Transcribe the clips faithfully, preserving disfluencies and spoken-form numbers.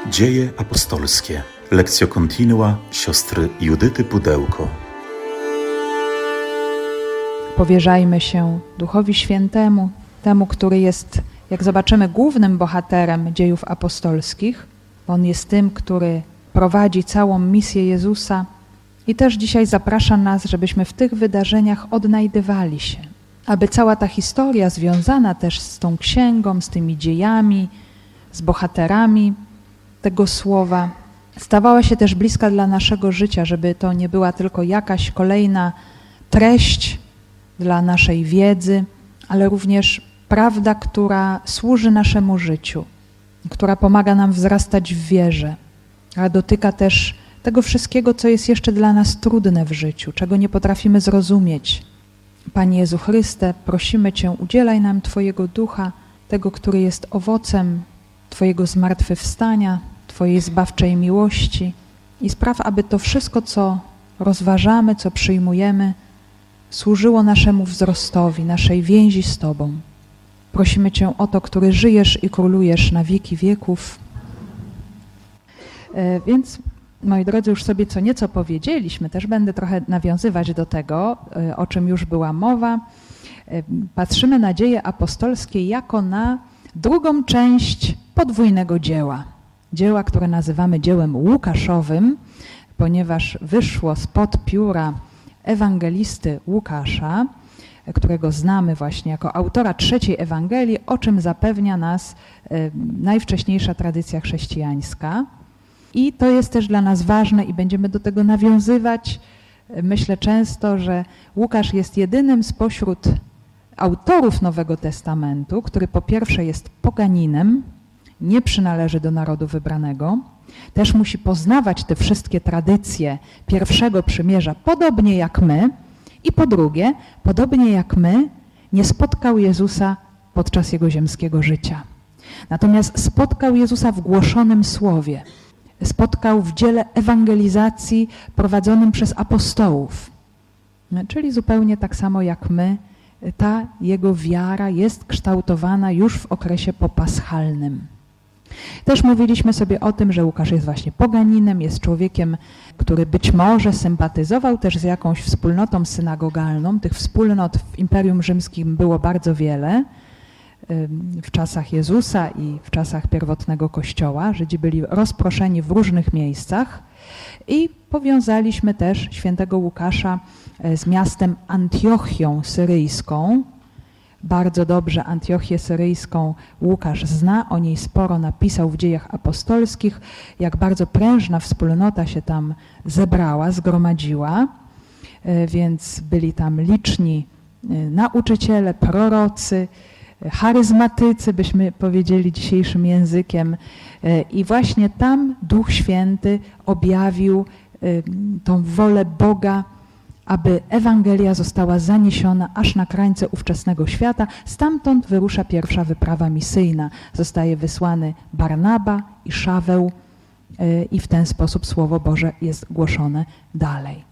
Dzieje apostolskie. Lekcja continua siostry Judyty Pudełko. Powierzajmy się Duchowi Świętemu, temu, który jest, jak zobaczymy, głównym bohaterem dziejów apostolskich. On jest tym, który prowadzi całą misję Jezusa i też dzisiaj zaprasza nas, żebyśmy w tych wydarzeniach odnajdywali się. Aby cała ta historia związana też z tą księgą, z tymi dziejami, z bohaterami tego słowa, stawała się też bliska dla naszego życia, żeby to nie była tylko jakaś kolejna treść dla naszej wiedzy, ale również prawda, która służy naszemu życiu, która pomaga nam wzrastać w wierze, a dotyka też tego wszystkiego, co jest jeszcze dla nas trudne w życiu, czego nie potrafimy zrozumieć. Panie Jezu Chryste, prosimy Cię, udzielaj nam Twojego Ducha, tego, który jest owocem Twojego zmartwychwstania, Twojej zbawczej miłości i spraw, aby to wszystko, co rozważamy, co przyjmujemy, służyło naszemu wzrostowi, naszej więzi z Tobą. Prosimy Cię o to, który żyjesz i królujesz na wieki wieków. E, więc, moi drodzy, już sobie co nieco powiedzieliśmy, też będę trochę nawiązywać do tego, e, o czym już była mowa. E, patrzymy na dzieje apostolskie jako na drugą część podwójnego dzieła. Dzieła, które nazywamy dziełem łukaszowym, ponieważ wyszło spod pióra ewangelisty Łukasza, którego znamy właśnie jako autora trzeciej Ewangelii, o czym zapewnia nas e, najwcześniejsza tradycja chrześcijańska. I to jest też dla nas ważne i będziemy do tego nawiązywać. Myślę często, że Łukasz jest jedynym spośród autorów Nowego Testamentu, który po pierwsze jest poganinem, nie przynależy do narodu wybranego, też musi poznawać te wszystkie tradycje pierwszego przymierza, podobnie jak my, i po drugie, podobnie jak my, nie spotkał Jezusa podczas Jego ziemskiego życia. Natomiast spotkał Jezusa w głoszonym słowie, spotkał w dziele ewangelizacji prowadzonym przez apostołów. Czyli zupełnie tak samo jak my, ta Jego wiara jest kształtowana już w okresie popaschalnym. Też mówiliśmy sobie o tym, że Łukasz jest właśnie poganinem, jest człowiekiem, który być może sympatyzował też z jakąś wspólnotą synagogalną. Tych wspólnot w Imperium Rzymskim było bardzo wiele w czasach Jezusa i w czasach pierwotnego Kościoła. Żydzi byli rozproszeni w różnych miejscach i powiązaliśmy też świętego Łukasza z miastem Antiochią Syryjską. Bardzo dobrze Antiochię Syryjską Łukasz zna, o niej sporo napisał w dziejach apostolskich, jak bardzo prężna wspólnota się tam zebrała, zgromadziła, więc byli tam liczni nauczyciele, prorocy, charyzmatycy, byśmy powiedzieli dzisiejszym językiem, i właśnie tam Duch Święty objawił tą wolę Boga, aby Ewangelia została zaniesiona aż na krańce ówczesnego świata. Stamtąd wyrusza pierwsza wyprawa misyjna. Zostaje wysłany Barnaba i Szaweł i w ten sposób Słowo Boże jest głoszone dalej.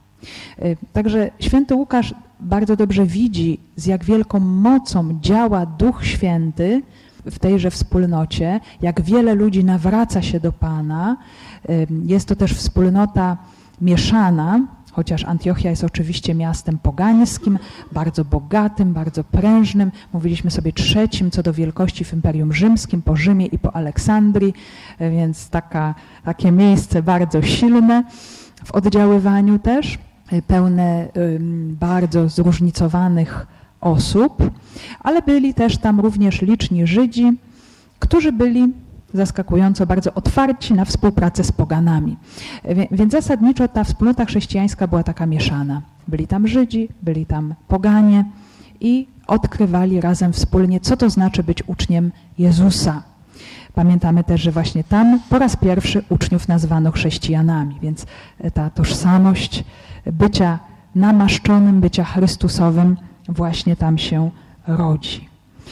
Także święty Łukasz bardzo dobrze widzi, z jak wielką mocą działa Duch Święty w tejże wspólnocie, jak wiele ludzi nawraca się do Pana. Jest to też wspólnota mieszana, chociaż Antiochia jest oczywiście miastem pogańskim, bardzo bogatym, bardzo prężnym. Mówiliśmy sobie trzecim co do wielkości w Imperium Rzymskim, po Rzymie i po Aleksandrii, więc taka, takie miejsce bardzo silne w oddziaływaniu też, pełne bardzo zróżnicowanych osób, ale byli też tam również liczni Żydzi, którzy byli zaskakująco bardzo otwarci na współpracę z poganami. Więc zasadniczo ta wspólnota chrześcijańska była taka mieszana. Byli tam Żydzi, byli tam poganie i odkrywali razem wspólnie, co to znaczy być uczniem Jezusa. Pamiętamy też, że właśnie tam po raz pierwszy uczniów nazwano chrześcijanami, więc ta tożsamość bycia namaszczonym, bycia Chrystusowym właśnie tam się rodzi.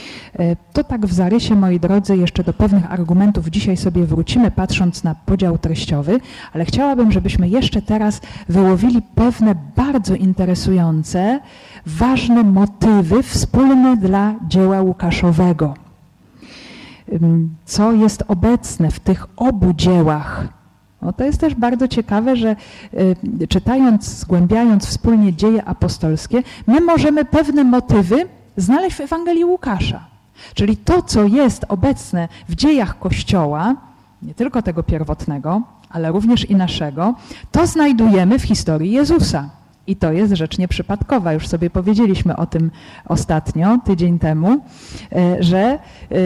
To tak w zarysie, moi drodzy, jeszcze do pewnych argumentów dzisiaj sobie wrócimy, patrząc na podział treściowy, ale chciałabym, żebyśmy jeszcze teraz wyłowili pewne bardzo interesujące, ważne motywy wspólne dla dzieła Łukaszowego. co jest obecne w tych obu dziełach. No to jest też bardzo ciekawe, że y, czytając, zgłębiając wspólnie dzieje apostolskie, my możemy pewne motywy znaleźć w Ewangelii Łukasza. Czyli to, co jest obecne w dziejach Kościoła, nie tylko tego pierwotnego, ale również i naszego, to znajdujemy w historii Jezusa. I to jest rzecz nieprzypadkowa. Już sobie powiedzieliśmy o tym ostatnio, tydzień temu, że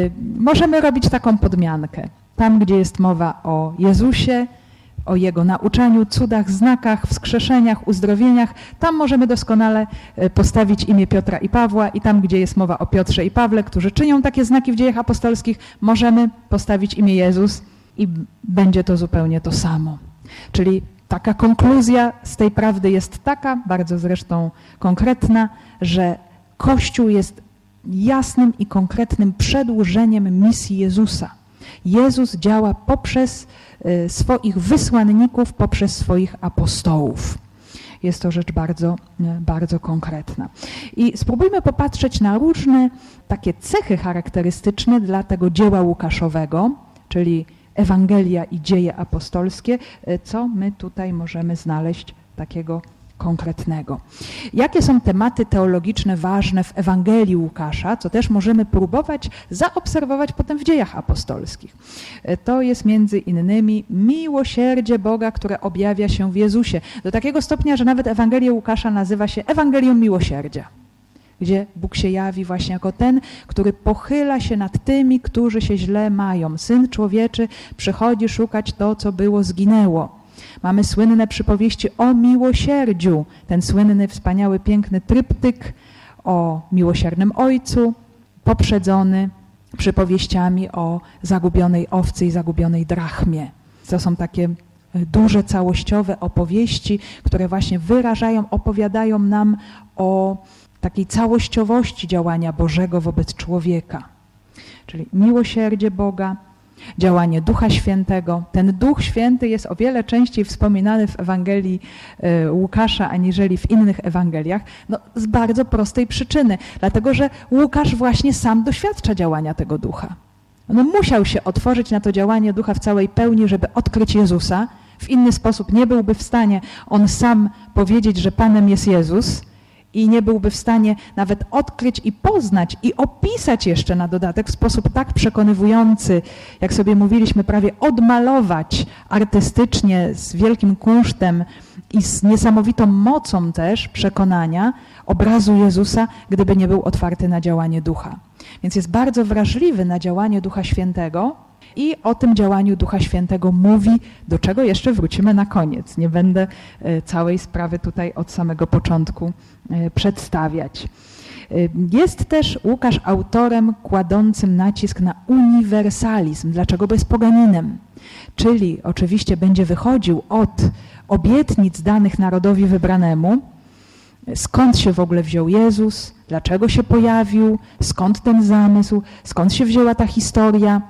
możemy robić taką podmiankę. Tam, gdzie jest mowa o Jezusie, o Jego nauczaniu, cudach, znakach, wskrzeszeniach, uzdrowieniach, tam możemy doskonale postawić imię Piotra i Pawła i tam, gdzie jest mowa o Piotrze i Pawle, którzy czynią takie znaki w dziejach apostolskich, możemy postawić imię Jezus i będzie to zupełnie to samo. Czyli taka konkluzja z tej prawdy jest taka, bardzo zresztą konkretna, że Kościół jest jasnym i konkretnym przedłużeniem misji Jezusa. Jezus działa poprzez swoich wysłanników, poprzez swoich apostołów. Jest to rzecz bardzo, bardzo konkretna. I spróbujmy popatrzeć na różne takie cechy charakterystyczne dla tego dzieła Łukaszowego, czyli Ewangelia i dzieje apostolskie, co my tutaj możemy znaleźć takiego konkretnego. Jakie są tematy teologiczne ważne w Ewangelii Łukasza, co też możemy próbować zaobserwować potem w dziejach apostolskich. To jest między innymi miłosierdzie Boga, które objawia się w Jezusie. Do takiego stopnia, że nawet Ewangelia Łukasza nazywa się Ewangelią miłosierdzia, gdzie Bóg się jawi właśnie jako ten, który pochyla się nad tymi, którzy się źle mają. Syn Człowieczy przychodzi szukać to, co było, zginęło. Mamy słynne przypowieści o miłosierdziu, ten słynny, wspaniały, piękny tryptyk o miłosiernym Ojcu, poprzedzony przypowieściami o zagubionej owcy i zagubionej drachmie. To są takie duże, całościowe opowieści, które właśnie wyrażają, opowiadają nam o takiej całościowości działania Bożego wobec człowieka. Czyli miłosierdzie Boga, działanie Ducha Świętego. Ten Duch Święty jest o wiele częściej wspominany w Ewangelii Łukasza, aniżeli w innych Ewangeliach, no, z bardzo prostej przyczyny. Dlatego, że Łukasz właśnie sam doświadcza działania tego Ducha. On musiał się otworzyć na to działanie Ducha w całej pełni, żeby odkryć Jezusa. W inny sposób nie byłby w stanie on sam powiedzieć, że Panem jest Jezus, i nie byłby w stanie nawet odkryć i poznać i opisać jeszcze na dodatek w sposób tak przekonywujący, jak sobie mówiliśmy, prawie odmalować artystycznie z wielkim kunsztem i z niesamowitą mocą też przekonania obrazu Jezusa, gdyby nie był otwarty na działanie Ducha. Więc jest bardzo wrażliwy na działanie Ducha Świętego i o tym działaniu Ducha Świętego mówi, do czego jeszcze wrócimy na koniec. Nie będę całej sprawy tutaj od samego początku przedstawiać. Jest też Łukasz autorem kładącym nacisk na uniwersalizm. Dlaczego? Bo jest poganinem. Czyli oczywiście będzie wychodził od obietnic danych narodowi wybranemu, skąd się w ogóle wziął Jezus, dlaczego się pojawił, skąd ten zamysł, skąd się wzięła ta historia,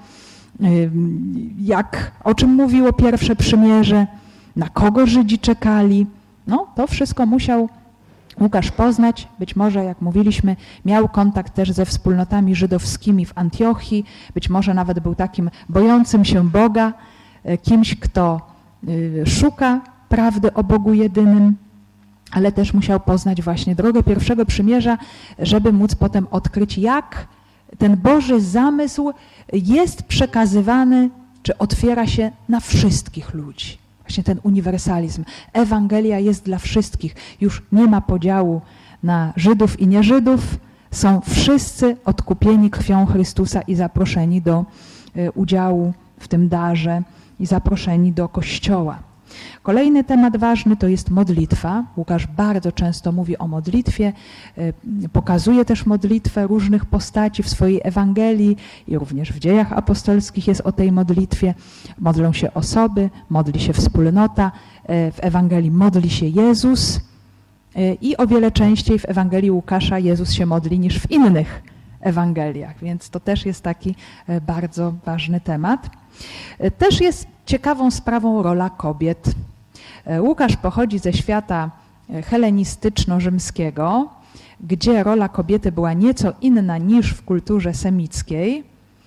jak, o czym mówiło pierwsze przymierze, na kogo Żydzi czekali. No, to wszystko musiał Łukasz poznać. Być może, jak mówiliśmy, miał kontakt też ze wspólnotami żydowskimi w Antiochii. Być może nawet był takim bojącym się Boga, kimś, kto szuka prawdy o Bogu jedynym, ale też musiał poznać właśnie drogę pierwszego przymierza, żeby móc potem odkryć, jak ten Boży zamysł jest przekazywany, czy otwiera się na wszystkich ludzi. Właśnie ten uniwersalizm. Ewangelia jest dla wszystkich. Już nie ma podziału na Żydów i nieżydów. Są wszyscy odkupieni krwią Chrystusa i zaproszeni do udziału w tym darze i zaproszeni do Kościoła. Kolejny temat ważny to jest modlitwa. Łukasz bardzo często mówi o modlitwie, pokazuje też modlitwę różnych postaci w swojej Ewangelii i również w dziejach apostolskich jest o tej modlitwie. Modlą się osoby, modli się wspólnota, w Ewangelii modli się Jezus i o wiele częściej w Ewangelii Łukasza Jezus się modli niż w innych Ewangeliach, więc to też jest taki bardzo ważny temat. Też jest ciekawą sprawą rola kobiet. Łukasz pochodzi ze świata helenistyczno-rzymskiego, gdzie rola kobiety była nieco inna niż w kulturze semickiej.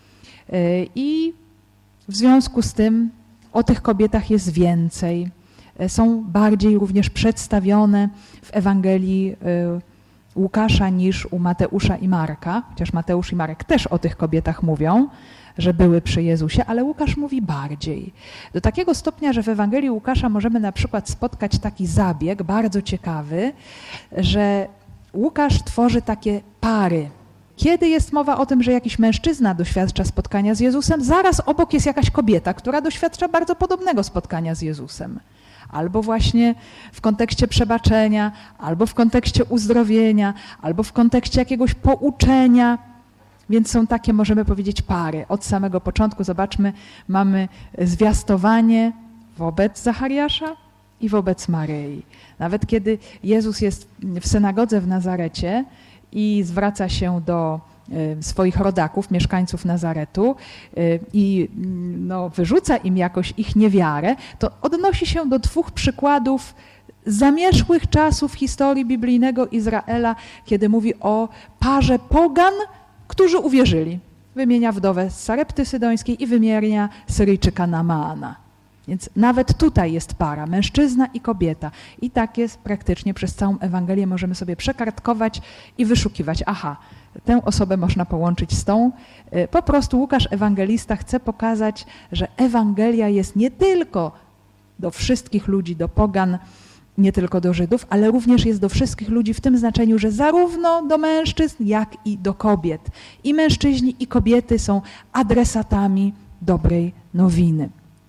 I w związku z tym o tych kobietach jest więcej. Są bardziej również przedstawione w Ewangelii Łukasza niż u Mateusza i Marka, chociaż Mateusz i Marek też o tych kobietach mówią, że były przy Jezusie, ale Łukasz mówi bardziej. Do takiego stopnia, że w Ewangelii Łukasza możemy na przykład spotkać taki zabieg bardzo ciekawy, że Łukasz tworzy takie pary. Kiedy jest mowa o tym, że jakiś mężczyzna doświadcza spotkania z Jezusem, zaraz obok jest jakaś kobieta, która doświadcza bardzo podobnego spotkania z Jezusem. Albo właśnie w kontekście przebaczenia, albo w kontekście uzdrowienia, albo w kontekście jakiegoś pouczenia. Więc są takie, możemy powiedzieć, pary. Od samego początku, zobaczmy, mamy zwiastowanie wobec Zachariasza i wobec Maryi. Nawet kiedy Jezus jest w synagodze w Nazarecie i zwraca się do swoich rodaków, mieszkańców Nazaretu i no, wyrzuca im jakoś ich niewiarę, to odnosi się do dwóch przykładów zamierzchłych czasów historii biblijnego Izraela, kiedy mówi o parze pogan, którzy uwierzyli. Wymienia wdowę z Sarepty Sydońskiej i wymienia Syryjczyka Naamana. Więc nawet tutaj jest para, mężczyzna i kobieta. I tak jest praktycznie przez całą Ewangelię, możemy sobie przekartkować i wyszukiwać. Aha, tę osobę można połączyć z tą. Po prostu Łukasz Ewangelista chce pokazać, że Ewangelia jest nie tylko do wszystkich ludzi, do pogan, nie tylko do Żydów, ale również jest do wszystkich ludzi w tym znaczeniu, że zarówno do mężczyzn, jak i do kobiet. I mężczyźni, i kobiety są adresatami dobrej nowiny.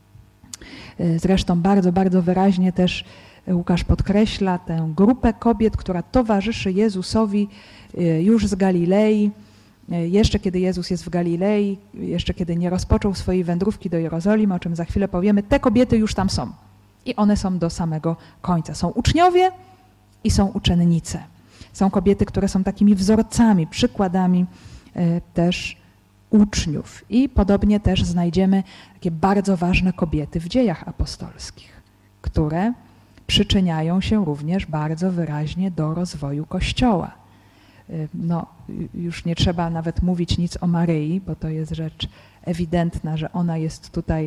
Zresztą bardzo, bardzo wyraźnie też Łukasz podkreśla tę grupę kobiet, która towarzyszy Jezusowi już z Galilei, jeszcze kiedy Jezus jest w Galilei, jeszcze kiedy nie rozpoczął swojej wędrówki do Jerozolimy, o czym za chwilę powiemy, te kobiety już tam są. I one są do samego końca. Są uczniowie i są uczennice. Są kobiety, które są takimi wzorcami, przykładami też uczniów. I podobnie też znajdziemy takie bardzo ważne kobiety w dziejach apostolskich, które przyczyniają się również bardzo wyraźnie do rozwoju Kościoła. No, już nie trzeba nawet mówić nic o Maryi, bo to jest rzecz ewidentna, że ona jest tutaj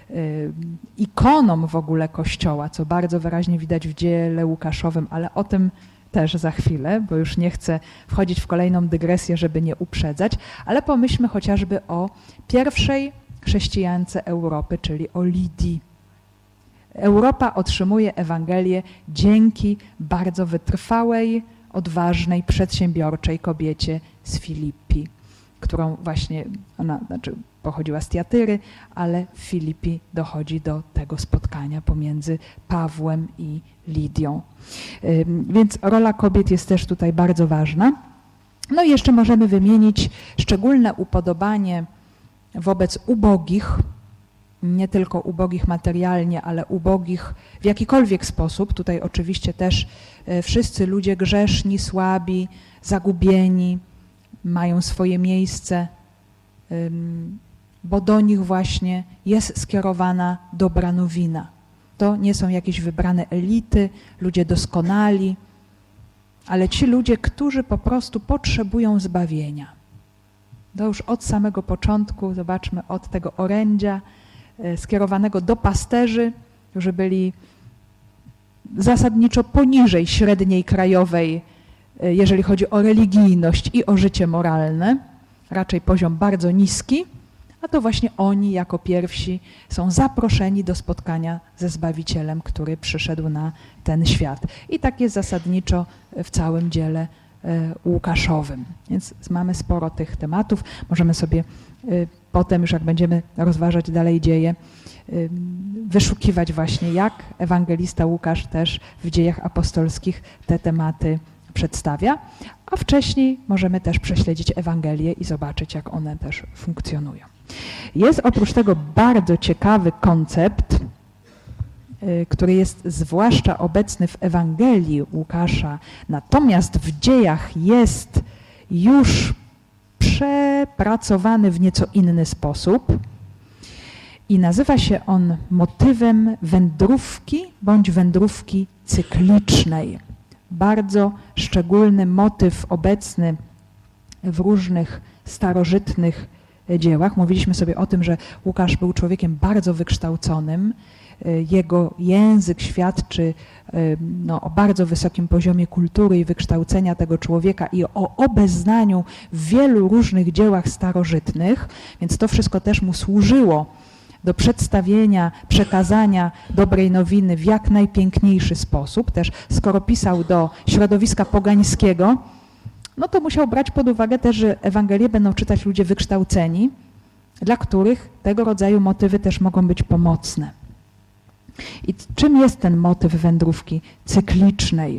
ikoną w ogóle Kościoła, co bardzo wyraźnie widać w dziele Łukaszowym, ale o tym też za chwilę, bo już nie chcę wchodzić w kolejną dygresję, żeby nie uprzedzać, ale pomyślmy chociażby o pierwszej chrześcijance Europy, czyli o Lidii. Europa otrzymuje Ewangelię dzięki bardzo wytrwałej, odważnej, przedsiębiorczej kobiecie z Filipi, którą właśnie, ona znaczy pochodziła z Tiatyry, ale w Filipi dochodzi do tego spotkania pomiędzy Pawłem i Lidią. Więc rola kobiet jest też tutaj bardzo ważna. No i jeszcze możemy wymienić szczególne upodobanie wobec ubogich, nie tylko ubogich materialnie, ale ubogich w jakikolwiek sposób. Tutaj oczywiście też wszyscy ludzie grzeszni, słabi, zagubieni mają swoje miejsce, bo do nich właśnie jest skierowana dobra nowina. To nie są jakieś wybrane elity, ludzie doskonali, ale ci ludzie, którzy po prostu potrzebują zbawienia. To już od samego początku, zobaczmy, od tego orędzia skierowanego do pasterzy, którzy byli zasadniczo poniżej średniej krajowej, jeżeli chodzi o religijność i o życie moralne, raczej poziom bardzo niski, a to właśnie oni jako pierwsi są zaproszeni do spotkania ze Zbawicielem, który przyszedł na ten świat. I tak jest zasadniczo w całym dziele Łukaszowym. Więc mamy sporo tych tematów. Możemy sobie potem, już jak będziemy rozważać dalej dzieje, wyszukiwać właśnie, jak ewangelista Łukasz też w dziejach apostolskich te tematy przedstawia, a wcześniej możemy też prześledzić Ewangelię i zobaczyć, jak one też funkcjonują. Jest oprócz tego bardzo ciekawy koncept, który jest zwłaszcza obecny w Ewangelii Łukasza, natomiast w dziejach jest już przepracowany w nieco inny sposób i nazywa się on motywem wędrówki bądź wędrówki cyklicznej. Bardzo szczególny motyw obecny w różnych starożytnych dziełach. Mówiliśmy sobie o tym, że Łukasz był człowiekiem bardzo wykształconym. Jego język świadczy no, o bardzo wysokim poziomie kultury i wykształcenia tego człowieka i o obeznaniu w wielu różnych dziełach starożytnych, więc to wszystko też mu służyło do przedstawienia, przekazania dobrej nowiny w jak najpiękniejszy sposób. Też skoro pisał do środowiska pogańskiego, no to musiał brać pod uwagę też, że Ewangelię będą czytać ludzie wykształceni, dla których tego rodzaju motywy też mogą być pomocne. I czym jest ten motyw wędrówki cyklicznej?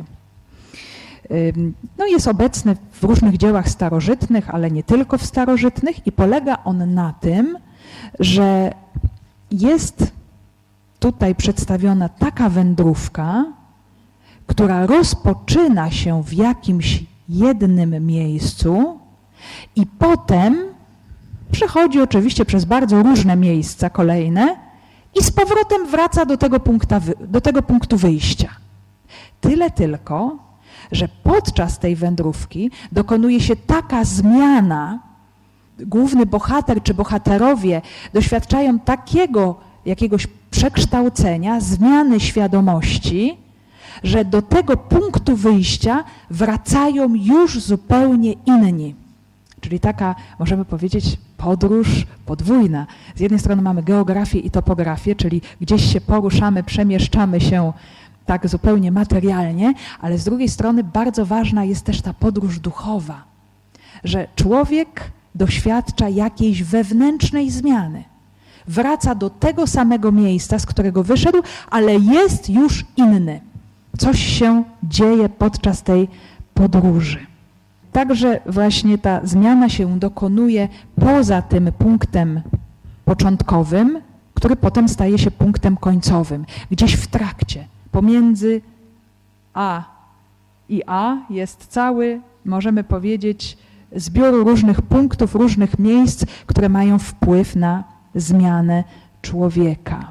No jest obecny w różnych dziełach starożytnych, ale nie tylko w starożytnych i polega on na tym, że jest tutaj przedstawiona taka wędrówka, która rozpoczyna się w jakimś jednym miejscu i potem przechodzi oczywiście przez bardzo różne miejsca kolejne i z powrotem wraca do tego, punkta, do tego punktu wyjścia. Tyle tylko, że podczas tej wędrówki dokonuje się taka zmiana, główny bohater czy bohaterowie doświadczają takiego jakiegoś przekształcenia, zmiany świadomości, że do tego punktu wyjścia wracają już zupełnie inni. Czyli taka, możemy powiedzieć, podróż podwójna. Z jednej strony mamy geografię i topografię, czyli gdzieś się poruszamy, przemieszczamy się tak zupełnie materialnie, ale z drugiej strony bardzo ważna jest też ta podróż duchowa, że człowiek doświadcza jakiejś wewnętrznej zmiany. Wraca do tego samego miejsca, z którego wyszedł, ale jest już inny. Coś się dzieje podczas tej podróży. Także właśnie ta zmiana się dokonuje poza tym punktem początkowym, który potem staje się punktem końcowym. Gdzieś w trakcie, pomiędzy A i A jest cały, możemy powiedzieć, zbiór różnych punktów, różnych miejsc, które mają wpływ na zmianę człowieka.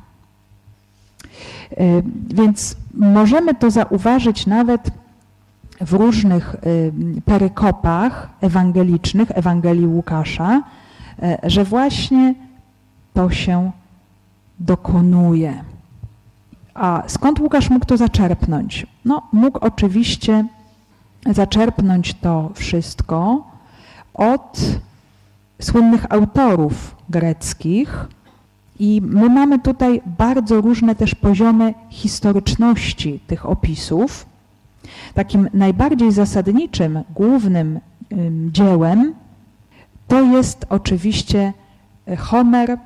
Więc możemy to zauważyć nawet w różnych perykopach ewangelicznych, Ewangelii Łukasza, że właśnie to się dokonuje. A skąd Łukasz mógł to zaczerpnąć? No, mógł oczywiście zaczerpnąć to wszystko od słynnych autorów greckich i my mamy tutaj bardzo różne też poziomy historyczności tych opisów. Takim najbardziej zasadniczym, głównym ym, dziełem to jest oczywiście Homer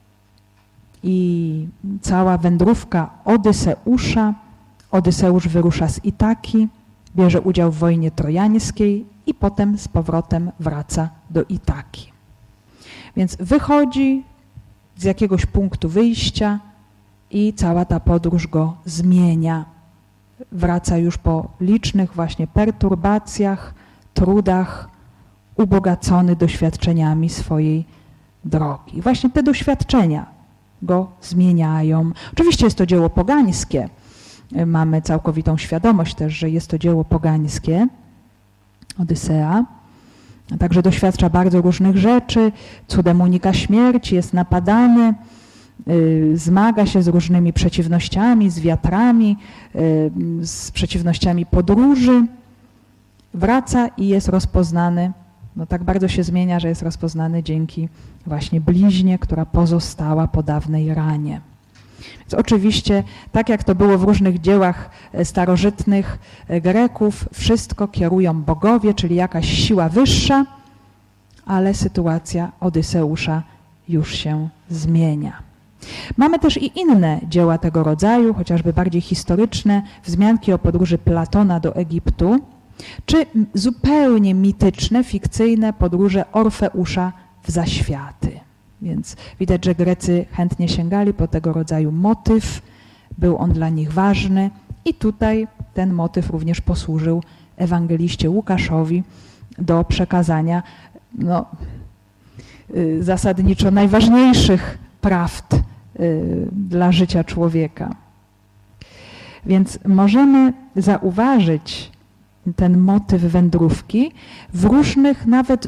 i cała wędrówka Odyseusza. Odyseusz wyrusza z Itaki, bierze udział w wojnie trojańskiej i potem z powrotem wraca do Itaki. Więc wychodzi z jakiegoś punktu wyjścia i cała ta podróż go zmienia. Wraca już po licznych właśnie perturbacjach, trudach, ubogacony doświadczeniami swojej drogi. I właśnie te doświadczenia go zmieniają. Oczywiście jest to dzieło pogańskie. Mamy całkowitą świadomość też, że jest to dzieło pogańskie, Odysea. Także doświadcza bardzo różnych rzeczy, cudem unika śmierci, jest napadany, y, zmaga się z różnymi przeciwnościami, z wiatrami, y, z przeciwnościami podróży, wraca i jest rozpoznany, no tak bardzo się zmienia, że jest rozpoznany dzięki właśnie bliźnie, która pozostała po dawnej ranie. Więc oczywiście, tak jak to było w różnych dziełach starożytnych Greków, wszystko kierują bogowie, czyli jakaś siła wyższa, ale sytuacja Odyseusza już się zmienia. Mamy też i inne dzieła tego rodzaju, chociażby bardziej historyczne, wzmianki o podróży Platona do Egiptu, czy zupełnie mityczne, fikcyjne podróże Orfeusza w zaświaty. Więc widać, że Grecy chętnie sięgali po tego rodzaju motyw, był on dla nich ważny i tutaj ten motyw również posłużył ewangeliście Łukaszowi do przekazania no, y, zasadniczo najważniejszych prawd y, dla życia człowieka. Więc możemy zauważyć ten motyw wędrówki w różnych nawet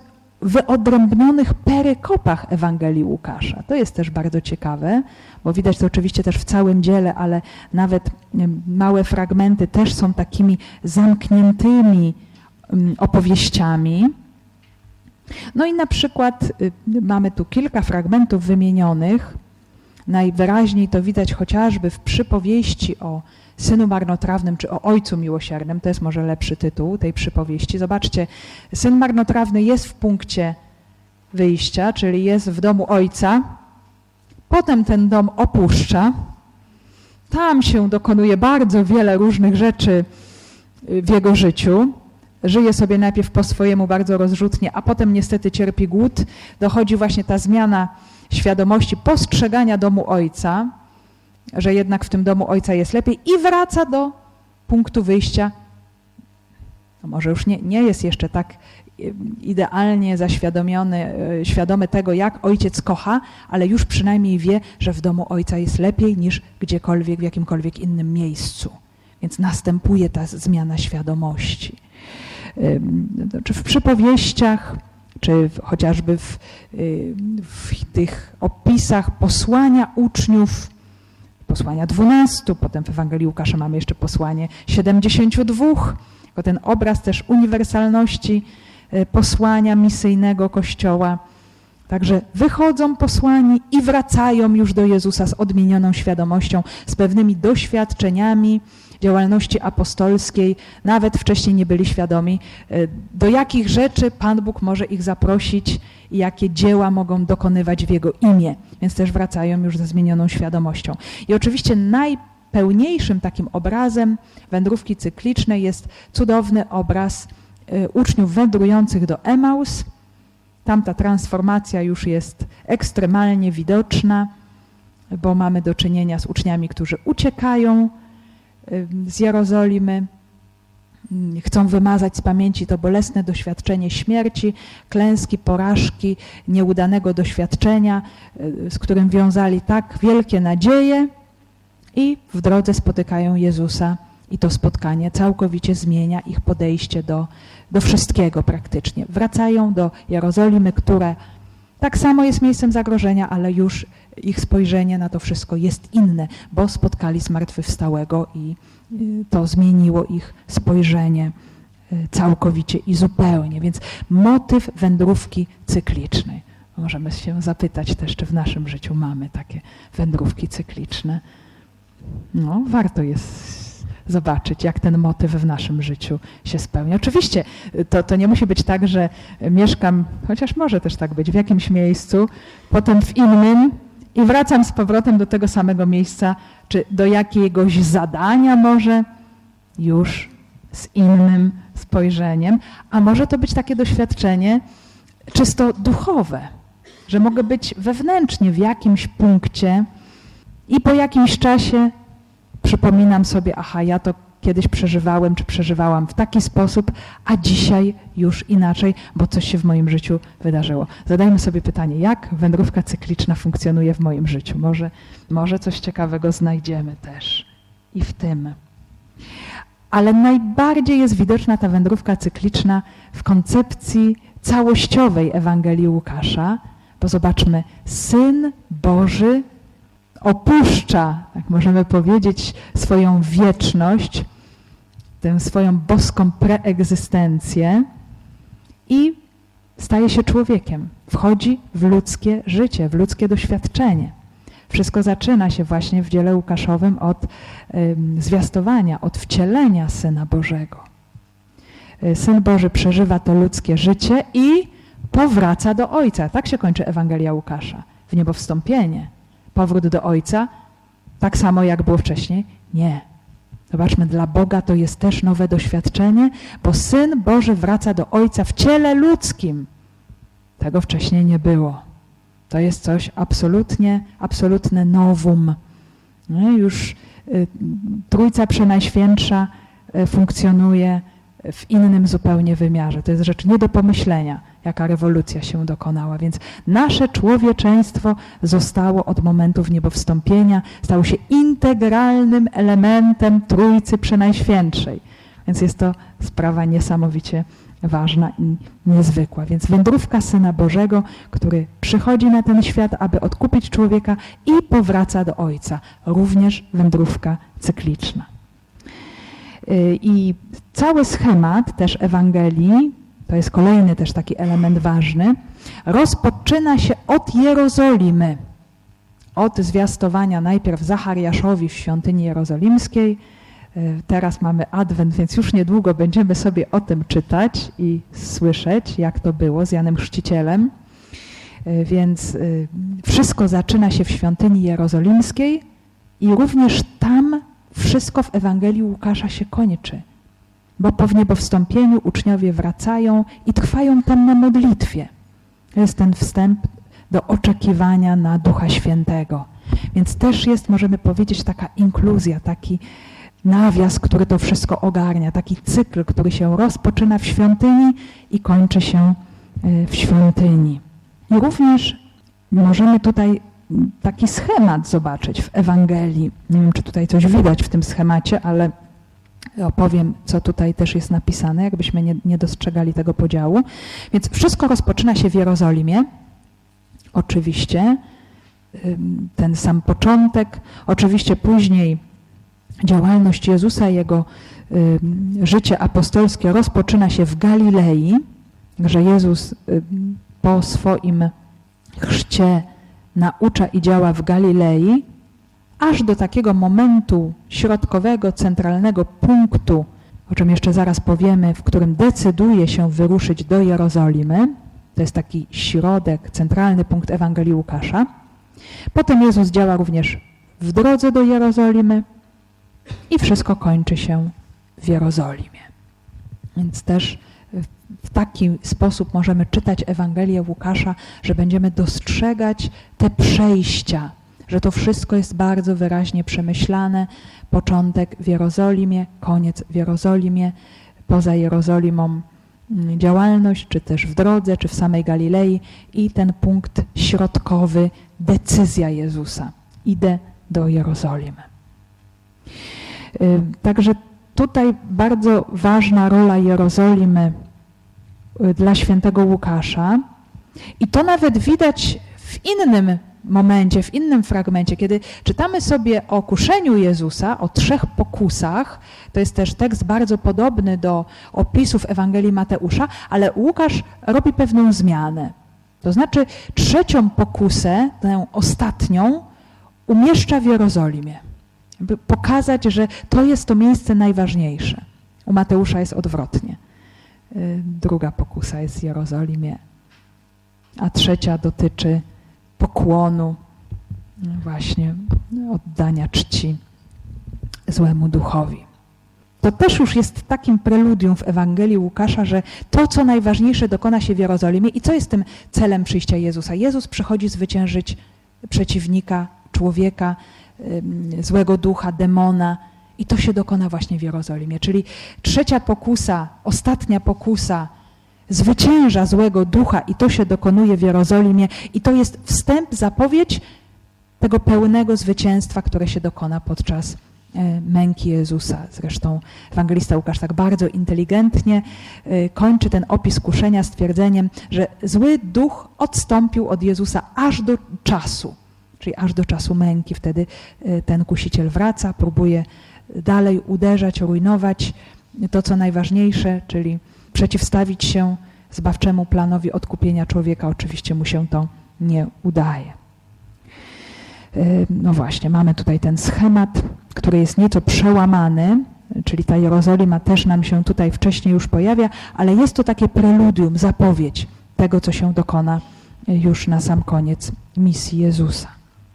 wyodrębnionych perykopach Ewangelii Łukasza. To jest też bardzo ciekawe, bo widać to oczywiście też w całym dziele, ale nawet małe fragmenty też są takimi zamkniętymi opowieściami. No i na przykład mamy tu kilka fragmentów wymienionych. Najwyraźniej to widać chociażby w przypowieści o synu marnotrawnym, czy o ojcu miłosiernym. To jest może lepszy tytuł tej przypowieści. Zobaczcie, syn marnotrawny jest w punkcie wyjścia, czyli jest w domu ojca. Potem ten dom opuszcza. Tam się dokonuje bardzo wiele różnych rzeczy w jego życiu. Żyje sobie najpierw po swojemu bardzo rozrzutnie, a potem niestety cierpi głód. Dochodzi właśnie ta zmiana świadomości, postrzegania domu ojca, że jednak w tym domu ojca jest lepiej i wraca do punktu wyjścia. No może już nie, nie jest jeszcze tak idealnie zaświadomiony, świadomy tego, jak ojciec kocha, ale już przynajmniej wie, że w domu ojca jest lepiej niż gdziekolwiek, w jakimkolwiek innym miejscu. Więc następuje ta zmiana świadomości. Czy w przypowieściach, czy w, chociażby w, w tych opisach posłania uczniów, posłania dwunastu, potem w Ewangelii Łukasza mamy jeszcze posłanie siedemdziesięciu dwóch, to ten obraz też uniwersalności posłania misyjnego Kościoła. Także wychodzą posłani i wracają już do Jezusa z odmienioną świadomością, z pewnymi doświadczeniami działalności apostolskiej. Nawet wcześniej nie byli świadomi, do jakich rzeczy Pan Bóg może ich zaprosić i jakie dzieła mogą dokonywać w Jego imię. Więc też wracają już ze zmienioną świadomością. I oczywiście najpełniejszym takim obrazem wędrówki cyklicznej jest cudowny obraz uczniów wędrujących do Emaus. Tam ta transformacja już jest ekstremalnie widoczna, bo mamy do czynienia z uczniami, którzy uciekają z Jerozolimy, chcą wymazać z pamięci to bolesne doświadczenie śmierci, klęski, porażki, nieudanego doświadczenia, z którym wiązali tak wielkie nadzieje i w drodze spotykają Jezusa i to spotkanie całkowicie zmienia ich podejście do, do wszystkiego praktycznie. Wracają do Jerozolimy, które tak samo jest miejscem zagrożenia, ale już ich spojrzenie na to wszystko jest inne, bo spotkali zmartwychwstałego i to zmieniło ich spojrzenie całkowicie i zupełnie. Więc motyw wędrówki cyklicznej. Możemy się zapytać też, czy w naszym życiu mamy takie wędrówki cykliczne. No, warto jest zobaczyć, jak ten motyw w naszym życiu się spełnia. Oczywiście to, to nie musi być tak, że mieszkam, chociaż może też tak być, w jakimś miejscu, potem w innym i wracam z powrotem do tego samego miejsca, czy do jakiegoś zadania może już z innym spojrzeniem, a może to być takie doświadczenie czysto duchowe, że mogę być wewnętrznie w jakimś punkcie i po jakimś czasie przypominam sobie, aha, ja to kiedyś przeżywałem, czy przeżywałam w taki sposób, a dzisiaj już inaczej, bo coś się w moim życiu wydarzyło. Zadajmy sobie pytanie, jak wędrówka cykliczna funkcjonuje w moim życiu? Może, może coś ciekawego znajdziemy też i w tym. Ale najbardziej jest widoczna ta wędrówka cykliczna w koncepcji całościowej Ewangelii Łukasza, bo zobaczmy, Syn Boży opuszcza, tak możemy powiedzieć, swoją wieczność, tę swoją boską preegzystencję i staje się człowiekiem. Wchodzi w ludzkie życie, w ludzkie doświadczenie. Wszystko zaczyna się właśnie w dziele Łukaszowym od y, zwiastowania, od wcielenia Syna Bożego. Syn Boży przeżywa to ludzkie życie i powraca do Ojca. Tak się kończy Ewangelia Łukasza. W niebowstąpienie. Powrót do Ojca, tak samo jak było wcześniej? Nie. Zobaczmy, dla Boga to jest też nowe doświadczenie, bo Syn Boży wraca do Ojca w ciele ludzkim. Tego wcześniej nie było. To jest coś absolutnie, absolutne novum. No już y, Trójca Przenajświętsza y, funkcjonuje w innym zupełnie wymiarze. To jest rzecz nie do pomyślenia, jaka rewolucja się dokonała. Więc nasze człowieczeństwo zostało od momentu wniebowstąpienia, stało się integralnym elementem Trójcy Przenajświętszej. Więc jest to sprawa niesamowicie ważna i niezwykła. Więc wędrówka Syna Bożego, który przychodzi na ten świat, aby odkupić człowieka i powraca do Ojca. Również wędrówka cykliczna. I cały schemat też Ewangelii, to jest kolejny też taki element ważny, rozpoczyna się od Jerozolimy. Od zwiastowania najpierw Zachariaszowi w świątyni jerozolimskiej. Teraz mamy Adwent, więc już niedługo będziemy sobie o tym czytać i słyszeć, jak to było z Janem Chrzcicielem. Więc wszystko zaczyna się w świątyni jerozolimskiej i również tam wszystko w Ewangelii Łukasza się kończy. Bo po wniebowstąpieniu uczniowie wracają i trwają tam na modlitwie. To jest ten wstęp do oczekiwania na Ducha Świętego. Więc też jest, możemy powiedzieć, taka inkluzja, taki nawias, który to wszystko ogarnia, taki cykl, który się rozpoczyna w świątyni i kończy się w świątyni. I również możemy tutaj taki schemat zobaczyć w Ewangelii. Nie wiem, czy tutaj coś widać w tym schemacie, ale opowiem, co tutaj też jest napisane, jakbyśmy nie, nie dostrzegali tego podziału. Więc wszystko rozpoczyna się w Jerozolimie. Oczywiście ten sam początek, oczywiście później działalność Jezusa, Jego życie apostolskie rozpoczyna się w Galilei, że Jezus po swoim chrzcie naucza i działa w Galilei, aż do takiego momentu środkowego, centralnego punktu, o czym jeszcze zaraz powiemy, w którym decyduje się wyruszyć do Jerozolimy. To jest taki środek, centralny punkt Ewangelii Łukasza. Potem Jezus działa również w drodze do Jerozolimy i wszystko kończy się w Jerozolimie. Więc też w taki sposób możemy czytać Ewangelię Łukasza, że będziemy dostrzegać te przejścia, że to wszystko jest bardzo wyraźnie przemyślane. Początek w Jerozolimie, koniec w Jerozolimie, poza Jerozolimą działalność, czy też w drodze, czy w samej Galilei i ten punkt środkowy, decyzja Jezusa. Idę do Jerozolimy. Także tutaj bardzo ważna rola Jerozolimy dla świętego Łukasza i to nawet widać w innym momencie, w innym fragmencie, kiedy czytamy sobie o kuszeniu Jezusa, o trzech pokusach. To jest też tekst bardzo podobny do opisów Ewangelii Mateusza, ale Łukasz robi pewną zmianę. To znaczy trzecią pokusę, tę ostatnią, umieszcza w Jerozolimie, by pokazać, że to jest to miejsce najważniejsze. U Mateusza jest odwrotnie. Druga pokusa jest w Jerozolimie, a trzecia dotyczy pokłonu, właśnie oddania czci złemu duchowi. To też już jest takim preludium w Ewangelii Łukasza, że to, co najważniejsze, dokona się w Jerozolimie. I co jest tym celem przyjścia Jezusa? Jezus przychodzi zwyciężyć przeciwnika, człowieka, złego ducha, demona. I to się dokona właśnie w Jerozolimie. Czyli trzecia pokusa, ostatnia pokusa zwycięża złego ducha i to się dokonuje w Jerozolimie. I to jest wstęp, zapowiedź tego pełnego zwycięstwa, które się dokona podczas męki Jezusa. Zresztą ewangelista Łukasz tak bardzo inteligentnie kończy ten opis kuszenia stwierdzeniem, że zły duch odstąpił od Jezusa aż do czasu, czyli aż do czasu męki. Wtedy ten kusiciel wraca, próbuje dalej uderzać, rujnować to, co najważniejsze, czyli przeciwstawić się zbawczemu planowi odkupienia człowieka. Oczywiście mu się to nie udaje. No właśnie, mamy tutaj ten schemat, który jest nieco przełamany, czyli ta Jerozolima też nam się tutaj wcześniej już pojawia, ale jest to takie preludium, zapowiedź tego, co się dokona już na sam koniec misji Jezusa.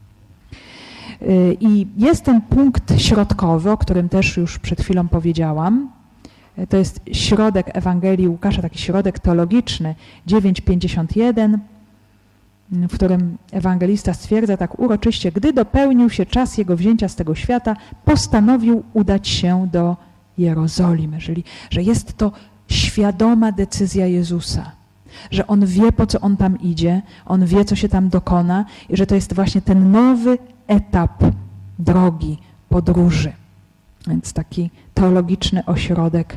I jest ten punkt środkowy, o którym też już przed chwilą powiedziałam. To jest środek Ewangelii Łukasza, taki środek teologiczny, dziewięć pięćdziesiąt jeden, w którym ewangelista stwierdza tak uroczyście: gdy dopełnił się czas jego wzięcia z tego świata, postanowił udać się do Jerozolimy. Czyli, że jest to świadoma decyzja Jezusa, że On wie, po co On tam idzie, On wie, co się tam dokona i że to jest właśnie ten nowy etap drogi, podróży. Więc taki teologiczny ośrodek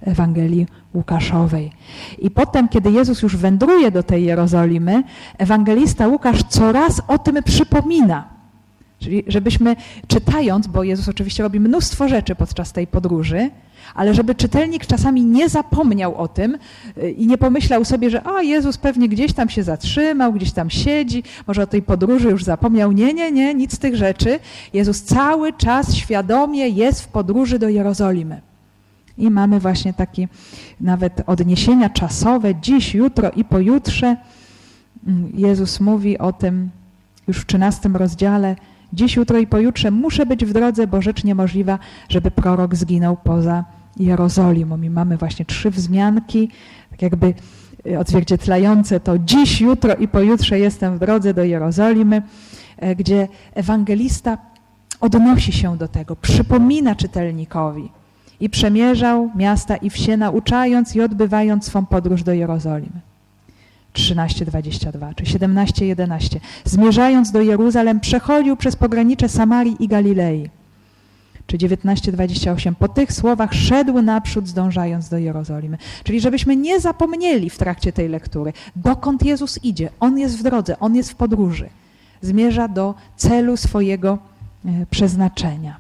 Ewangelii Łukaszowej. I potem, kiedy Jezus już wędruje do tej Jerozolimy, ewangelista Łukasz coraz o tym przypomina. Czyli żebyśmy czytając, bo Jezus oczywiście robi mnóstwo rzeczy podczas tej podróży, ale żeby czytelnik czasami nie zapomniał o tym i nie pomyślał sobie, że a Jezus pewnie gdzieś tam się zatrzymał, gdzieś tam siedzi, może o tej podróży już zapomniał. Nie, nie, nie, nic z tych rzeczy. Jezus cały czas świadomie jest w podróży do Jerozolimy. I mamy właśnie takie nawet odniesienia czasowe, dziś, jutro i pojutrze. Jezus mówi o tym już w trzynastym rozdziale. Dziś, jutro i pojutrze muszę być w drodze, bo rzecz niemożliwa, żeby prorok zginął poza Jerozolimą. I mamy właśnie trzy wzmianki, tak jakby odzwierciedlające to dziś, jutro i pojutrze jestem w drodze do Jerozolimy, gdzie ewangelista odnosi się do tego, przypomina czytelnikowi i przemierzał miasta i wsie, nauczając i odbywając swą podróż do Jerozolimy. trzynaście dwadzieścia dwa czy siedemnaście jedenaście. Zmierzając do Jeruzalem, przechodził przez pogranicze Samarii i Galilei. Czy dziewiętnaście dwadzieścia osiem. Po tych słowach szedł naprzód, zdążając do Jerozolimy. Czyli żebyśmy nie zapomnieli w trakcie tej lektury, dokąd Jezus idzie. On jest w drodze, On jest w podróży. Zmierza do celu swojego e, przeznaczenia.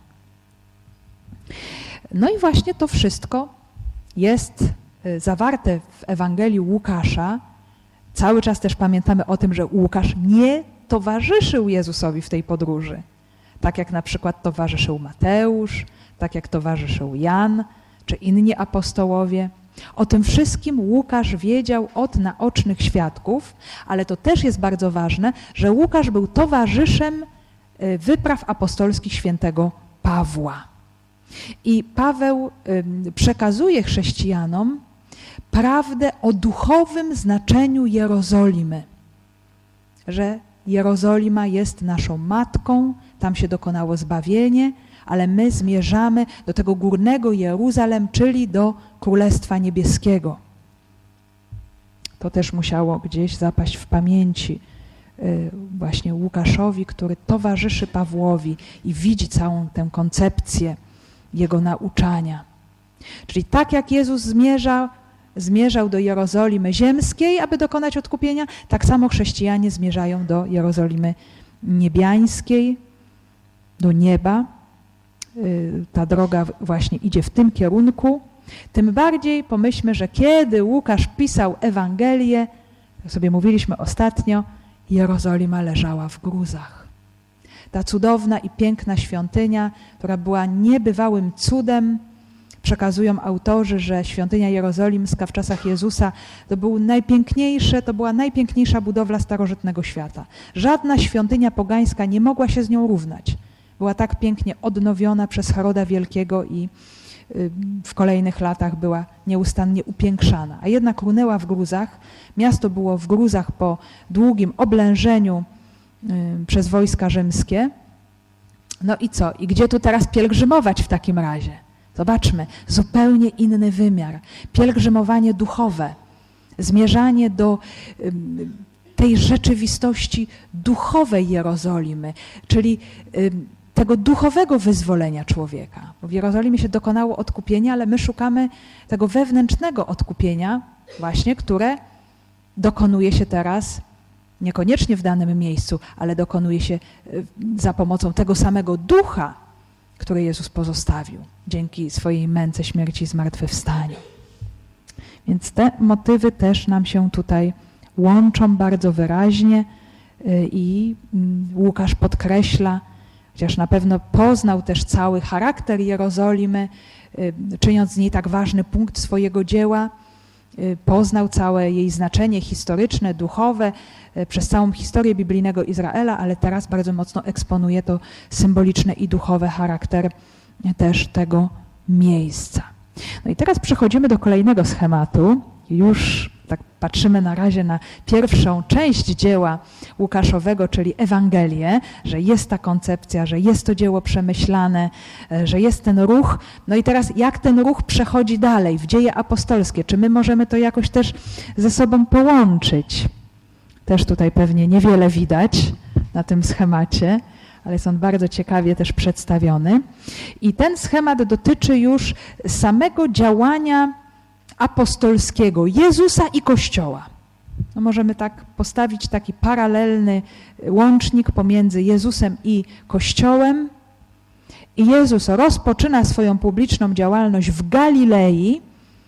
No i właśnie to wszystko jest e, zawarte w Ewangelii Łukasza. Cały czas też pamiętamy o tym, że Łukasz nie towarzyszył Jezusowi w tej podróży. Tak jak na przykład towarzyszył Mateusz, tak jak towarzyszył Jan, czy inni apostołowie. O tym wszystkim Łukasz wiedział od naocznych świadków, ale to też jest bardzo ważne, że Łukasz był towarzyszem wypraw apostolskich świętego Pawła. I Paweł przekazuje chrześcijanom prawdę o duchowym znaczeniu Jerozolimy, że Jerozolima jest naszą matką, tam się dokonało zbawienie, ale my zmierzamy do tego górnego Jeruzalem, czyli do Królestwa Niebieskiego. To też musiało gdzieś zapaść w pamięci właśnie Łukaszowi, który towarzyszy Pawłowi i widzi całą tę koncepcję jego nauczania. Czyli tak jak Jezus zmierza zmierzał do Jerozolimy ziemskiej, aby dokonać odkupienia, tak samo chrześcijanie zmierzają do Jerozolimy niebiańskiej, do nieba. Ta droga właśnie idzie w tym kierunku. Tym bardziej pomyślmy, że kiedy Łukasz pisał Ewangelię, jak sobie mówiliśmy ostatnio, Jerozolima leżała w gruzach. Ta cudowna i piękna świątynia, która była niebywałym cudem, przekazują autorzy, że świątynia jerozolimska w czasach Jezusa to był najpiękniejsze, to była najpiękniejsza budowla starożytnego świata. Żadna świątynia pogańska nie mogła się z nią równać. Była tak pięknie odnowiona przez Heroda Wielkiego i w kolejnych latach była nieustannie upiększana. A jednak runęła w gruzach. Miasto było w gruzach po długim oblężeniu przez wojska rzymskie. No i co? I gdzie tu teraz pielgrzymować w takim razie? Zobaczmy, zupełnie inny wymiar. Pielgrzymowanie duchowe, zmierzanie do tej rzeczywistości duchowej Jerozolimy, czyli tego duchowego wyzwolenia człowieka. Bo w Jerozolimie się dokonało odkupienia, ale my szukamy tego wewnętrznego odkupienia właśnie, które dokonuje się teraz niekoniecznie w danym miejscu, ale dokonuje się za pomocą tego samego ducha, który Jezus pozostawił dzięki swojej męce, śmierci i zmartwychwstaniu. Więc te motywy też nam się tutaj łączą bardzo wyraźnie i Łukasz podkreśla, chociaż na pewno poznał też cały charakter Jerozolimy, czyniąc z niej tak ważny punkt swojego dzieła, poznał całe jej znaczenie historyczne, duchowe, przez całą historię biblijnego Izraela, ale teraz bardzo mocno eksponuje to symboliczne i duchowe charakter też tego miejsca. No i teraz przechodzimy do kolejnego schematu. Już tak patrzymy na razie na pierwszą część dzieła Łukaszowego, czyli Ewangelię, że jest ta koncepcja, że jest to dzieło przemyślane, że jest ten ruch. No i teraz jak ten ruch przechodzi dalej w dzieje apostolskie? Czy my możemy to jakoś też ze sobą połączyć? Też tutaj pewnie niewiele widać na tym schemacie, ale jest on bardzo ciekawie też przedstawiony. I ten schemat dotyczy już samego działania apostolskiego Jezusa i Kościoła. No możemy tak postawić taki paralelny łącznik pomiędzy Jezusem i Kościołem. I Jezus rozpoczyna swoją publiczną działalność w Galilei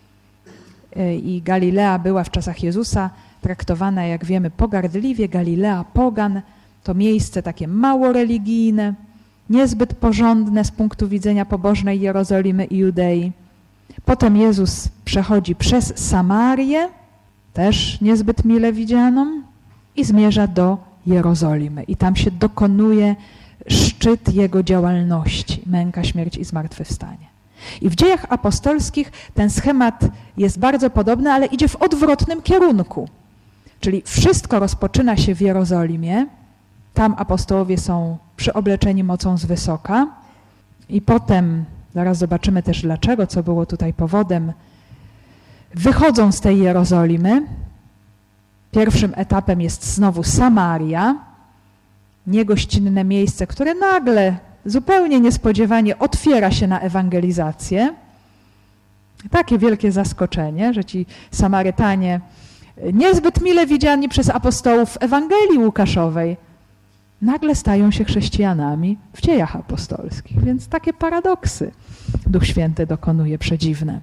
i Galilea była w czasach Jezusa traktowana, jak wiemy, pogardliwie. Galilea pogan to miejsce takie mało religijne, niezbyt porządne z punktu widzenia pobożnej Jerozolimy i Judei. Potem Jezus przechodzi przez Samarię, też niezbyt mile widzianą, i zmierza do Jerozolimy. I tam się dokonuje szczyt jego działalności, męka, śmierć i zmartwychwstanie. I w dziejach apostolskich ten schemat jest bardzo podobny, ale idzie w odwrotnym kierunku. Czyli wszystko rozpoczyna się w Jerozolimie, tam apostołowie są przyobleczeni mocą z wysoka i potem, zaraz zobaczymy też dlaczego, co było tutaj powodem, wychodzą z tej Jerozolimy. Pierwszym etapem jest znowu Samaria, niegościnne miejsce, które nagle, zupełnie niespodziewanie otwiera się na ewangelizację. Takie wielkie zaskoczenie, że ci Samarytanie, niezbyt mile widziani przez apostołów w Ewangelii Łukaszowej, nagle stają się chrześcijanami w dziejach apostolskich. Więc takie paradoksy Duch Święty dokonuje przedziwne.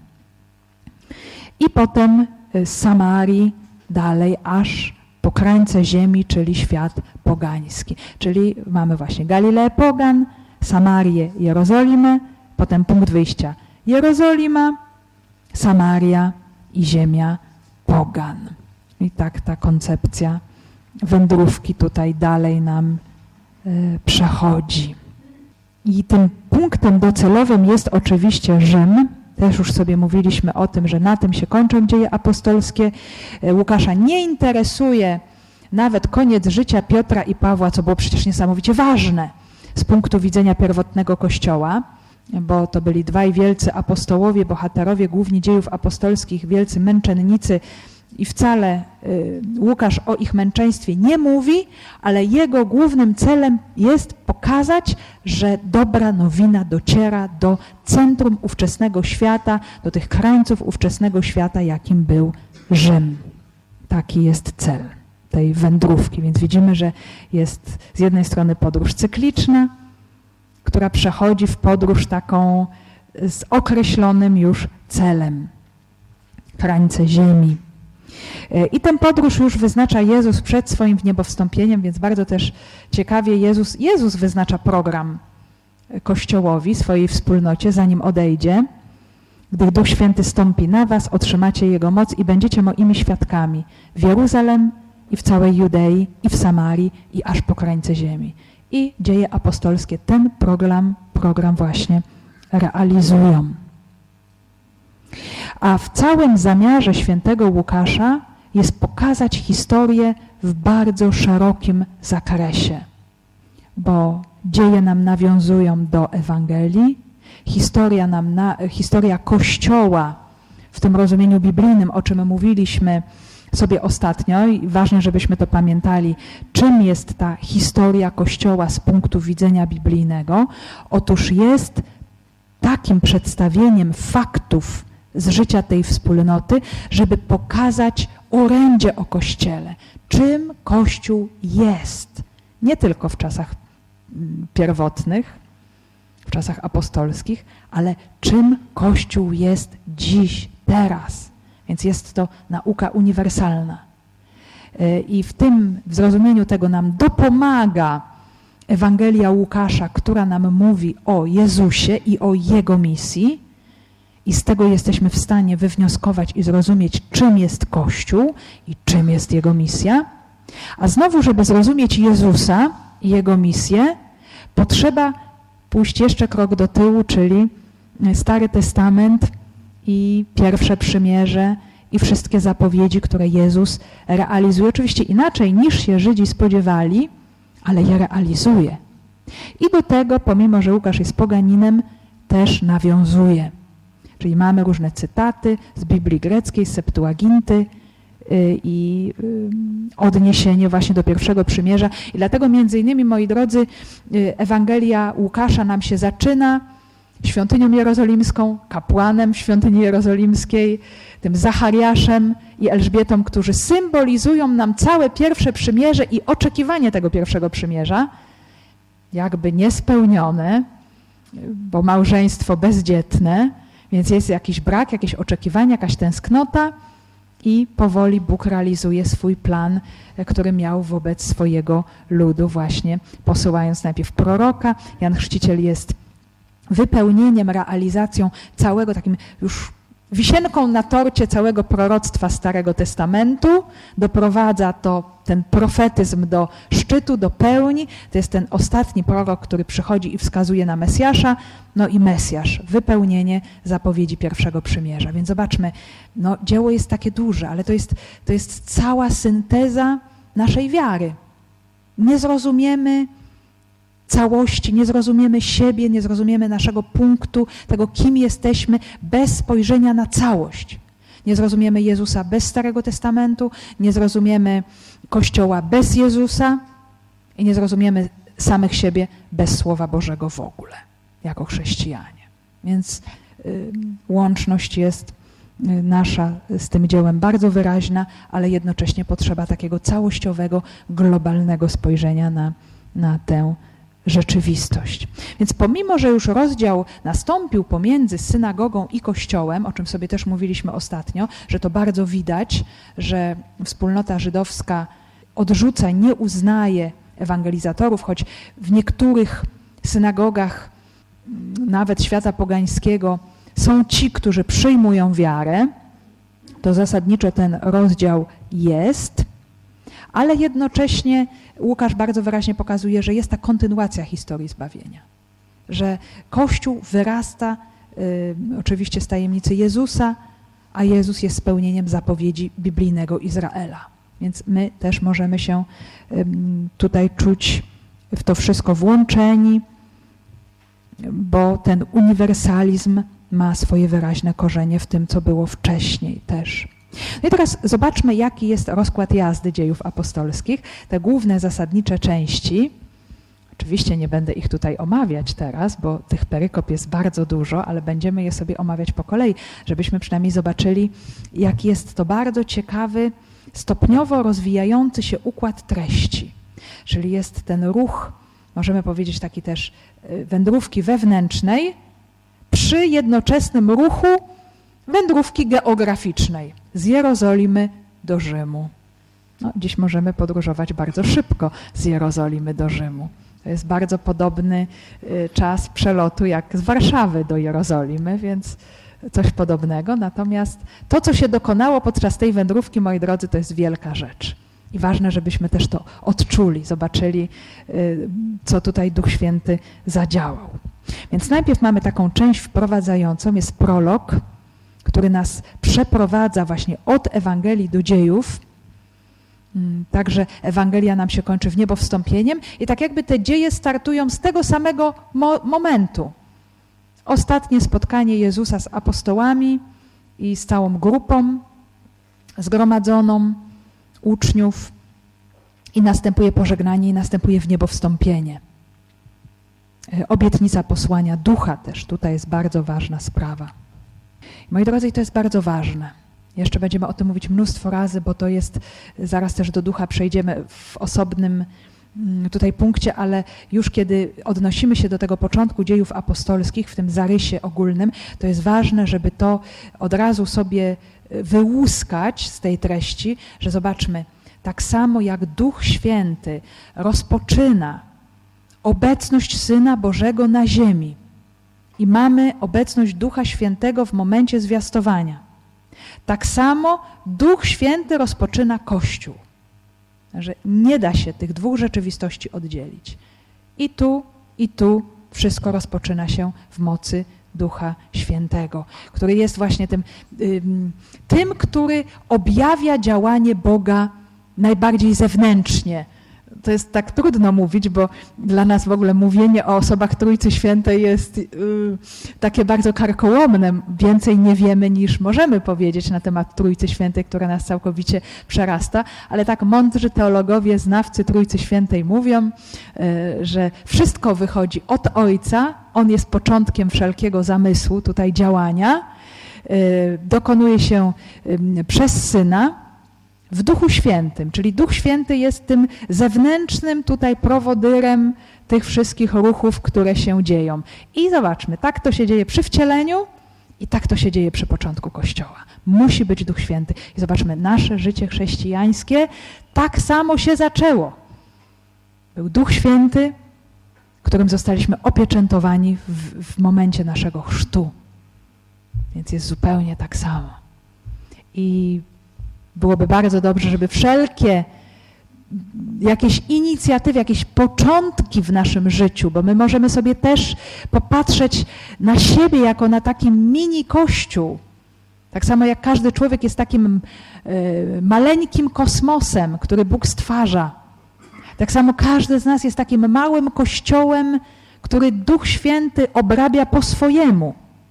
I potem z Samarii dalej aż po krańce ziemi, czyli świat pogański. Czyli mamy właśnie Galileę pogan, Samarię, Jerozolimę, potem punkt wyjścia Jerozolima, Samaria i ziemia pogan. I tak ta koncepcja wędrówki tutaj dalej nam y, przechodzi. I tym punktem docelowym jest oczywiście Rzym. Też już sobie mówiliśmy o tym, że na tym się kończą dzieje apostolskie. Łukasza nie interesuje nawet koniec życia Piotra i Pawła, co było przecież niesamowicie ważne z punktu widzenia pierwotnego Kościoła, bo to byli dwaj wielcy apostołowie, bohaterowie główni dziejów apostolskich, wielcy męczennicy i wcale y, Łukasz o ich męczeństwie nie mówi, ale jego głównym celem jest pokazać, że dobra nowina dociera do centrum ówczesnego świata, do tych krańców ówczesnego świata, jakim był Rzym. Taki jest cel tej wędrówki, więc widzimy, że jest z jednej strony podróż cykliczna, która przechodzi w podróż taką z określonym już celem. Krańce ziemi. I tę podróż już wyznacza Jezus przed swoim wniebowstąpieniem, więc bardzo też ciekawie Jezus, Jezus wyznacza program Kościołowi, swojej wspólnocie, zanim odejdzie. Gdy Duch Święty stąpi na was, otrzymacie Jego moc i będziecie moimi świadkami w Jeruzalem i w całej Judei i w Samarii i aż po krańce ziemi. I dzieje apostolskie ten program, program właśnie realizują. A w całym zamiarze świętego Łukasza jest pokazać historię w bardzo szerokim zakresie, bo dzieje nam nawiązują do Ewangelii, historia, nam na, historia Kościoła w tym rozumieniu biblijnym, o czym mówiliśmy sobie ostatnio i ważne, żebyśmy to pamiętali, czym jest ta historia Kościoła z punktu widzenia biblijnego. Otóż jest takim przedstawieniem faktów z życia tej wspólnoty, żeby pokazać orędzie o Kościele, czym Kościół jest. Nie tylko w czasach pierwotnych, w czasach apostolskich, ale czym Kościół jest dziś, teraz. Więc jest to nauka uniwersalna. I w tym, w zrozumieniu tego nam dopomaga Ewangelia Łukasza, która nam mówi o Jezusie i o Jego misji. I z tego jesteśmy w stanie wywnioskować i zrozumieć, czym jest Kościół i czym jest Jego misja. A znowu, żeby zrozumieć Jezusa i Jego misję, potrzeba pójść jeszcze krok do tyłu, czyli Stary Testament i Pierwsze Przymierze i wszystkie zapowiedzi, które Jezus realizuje. Oczywiście inaczej niż się Żydzi spodziewali, ale je realizuje. I do tego, pomimo że Łukasz jest poganinem, też nawiązuje. Czyli mamy różne cytaty z Biblii greckiej, z Septuaginty i odniesienie właśnie do Pierwszego Przymierza. I dlatego między innymi, moi drodzy, Ewangelia Łukasza nam się zaczyna świątynią jerozolimską, kapłanem świątyni jerozolimskiej, tym Zachariaszem i Elżbietą, którzy symbolizują nam całe pierwsze przymierze i oczekiwanie tego pierwszego przymierza, jakby niespełnione, bo małżeństwo bezdzietne, więc jest jakiś brak, jakieś oczekiwanie, jakaś tęsknota i powoli Bóg realizuje swój plan, który miał wobec swojego ludu właśnie, posyłając najpierw proroka. Jan Chrzciciel jest wypełnieniem, realizacją całego, takim już wisienką na torcie całego proroctwa Starego Testamentu. Doprowadza to ten profetyzm do szczytu, do pełni. To jest ten ostatni prorok, który przychodzi i wskazuje na Mesjasza. No i Mesjasz, wypełnienie zapowiedzi pierwszego przymierza. Więc zobaczmy, no dzieło jest takie duże, ale to jest, to jest cała synteza naszej wiary. Nie zrozumiemy całości, nie zrozumiemy siebie, nie zrozumiemy naszego punktu, tego, kim jesteśmy, bez spojrzenia na całość. Nie zrozumiemy Jezusa bez Starego Testamentu, nie zrozumiemy Kościoła bez Jezusa i nie zrozumiemy samych siebie bez Słowa Bożego w ogóle, jako chrześcijanie. Więc y, łączność jest y, nasza z tym dziełem bardzo wyraźna, ale jednocześnie potrzeba takiego całościowego, globalnego spojrzenia na, na tę rzeczywistość. Więc pomimo, że już rozdział nastąpił pomiędzy synagogą i kościołem, o czym sobie też mówiliśmy ostatnio, że to bardzo widać, że wspólnota żydowska odrzuca, nie uznaje ewangelizatorów, choć w niektórych synagogach nawet świata pogańskiego są ci, którzy przyjmują wiarę, to zasadniczo ten rozdział jest, ale jednocześnie Łukasz bardzo wyraźnie pokazuje, że jest ta kontynuacja historii zbawienia. Że Kościół wyrasta y, oczywiście z tajemnicy Jezusa, a Jezus jest spełnieniem zapowiedzi biblijnego Izraela. Więc my też możemy się y, tutaj czuć w to wszystko włączeni, bo ten uniwersalizm ma swoje wyraźne korzenie w tym, co było wcześniej też. No i teraz zobaczmy, jaki jest rozkład jazdy dziejów apostolskich. Te główne, zasadnicze części, oczywiście nie będę ich tutaj omawiać teraz, bo tych perykop jest bardzo dużo, ale będziemy je sobie omawiać po kolei, żebyśmy przynajmniej zobaczyli, jaki jest to bardzo ciekawy, stopniowo rozwijający się układ treści. Czyli jest ten ruch, możemy powiedzieć taki też wędrówki wewnętrznej przy jednoczesnym ruchu wędrówki geograficznej z Jerozolimy do Rzymu. No, dziś możemy podróżować bardzo szybko z Jerozolimy do Rzymu. To jest bardzo podobny y, czas przelotu jak z Warszawy do Jerozolimy, więc coś podobnego. Natomiast to, co się dokonało podczas tej wędrówki, moi drodzy, to jest wielka rzecz. I ważne, żebyśmy też to odczuli, zobaczyli, y, co tutaj Duch Święty zadziałał. Więc najpierw mamy taką część wprowadzającą, jest prolog, który nas przeprowadza właśnie od Ewangelii do dziejów. Także Ewangelia nam się kończy w niebo wstąpieniem i tak jakby te dzieje startują z tego samego mo- momentu. Ostatnie spotkanie Jezusa z apostołami i z całą grupą zgromadzoną uczniów i następuje pożegnanie i następuje w niebo wstąpienie. Obietnica posłania Ducha też tutaj jest bardzo ważna sprawa. Moi drodzy, i to jest bardzo ważne. Jeszcze będziemy o tym mówić mnóstwo razy, bo to jest, zaraz też do Ducha przejdziemy w osobnym tutaj punkcie, ale już kiedy odnosimy się do tego początku dziejów apostolskich, w tym zarysie ogólnym, to jest ważne, żeby to od razu sobie wyłuskać z tej treści, że zobaczmy, tak samo jak Duch Święty rozpoczyna obecność Syna Bożego na ziemi, i mamy obecność Ducha Świętego w momencie zwiastowania. Tak samo Duch Święty rozpoczyna Kościół. Że nie da się tych dwóch rzeczywistości oddzielić. I tu, i tu wszystko rozpoczyna się w mocy Ducha Świętego, który jest właśnie tym, tym, który objawia działanie Boga najbardziej zewnętrznie. to jest tak trudno mówić, bo dla nas w ogóle mówienie o osobach Trójcy Świętej jest yy, takie bardzo karkołomne. Więcej nie wiemy niż możemy powiedzieć na temat Trójcy Świętej, która nas całkowicie przerasta, ale tak mądrzy teologowie, znawcy Trójcy Świętej mówią, yy, że wszystko wychodzi od Ojca, On jest początkiem wszelkiego zamysłu, tutaj działania, yy, dokonuje się yy, przez Syna, w Duchu Świętym, czyli Duch Święty jest tym zewnętrznym tutaj prowodyrem tych wszystkich ruchów, które się dzieją. I zobaczmy, tak to się dzieje przy wcieleniu i tak to się dzieje przy początku Kościoła. Musi być Duch Święty. I zobaczmy, nasze życie chrześcijańskie tak samo się zaczęło. Był Duch Święty, którym zostaliśmy opieczętowani w, w momencie naszego chrztu. Więc jest zupełnie tak samo. I byłoby bardzo dobrze, żeby wszelkie jakieś inicjatywy, jakieś początki w naszym życiu, bo my możemy sobie też popatrzeć na siebie jako na taki mini kościół. Tak samo jak każdy człowiek jest takim y, maleńkim kosmosem, który Bóg stwarza. Tak samo każdy z nas jest takim małym kościołem, który Duch Święty obrabia po swojemu.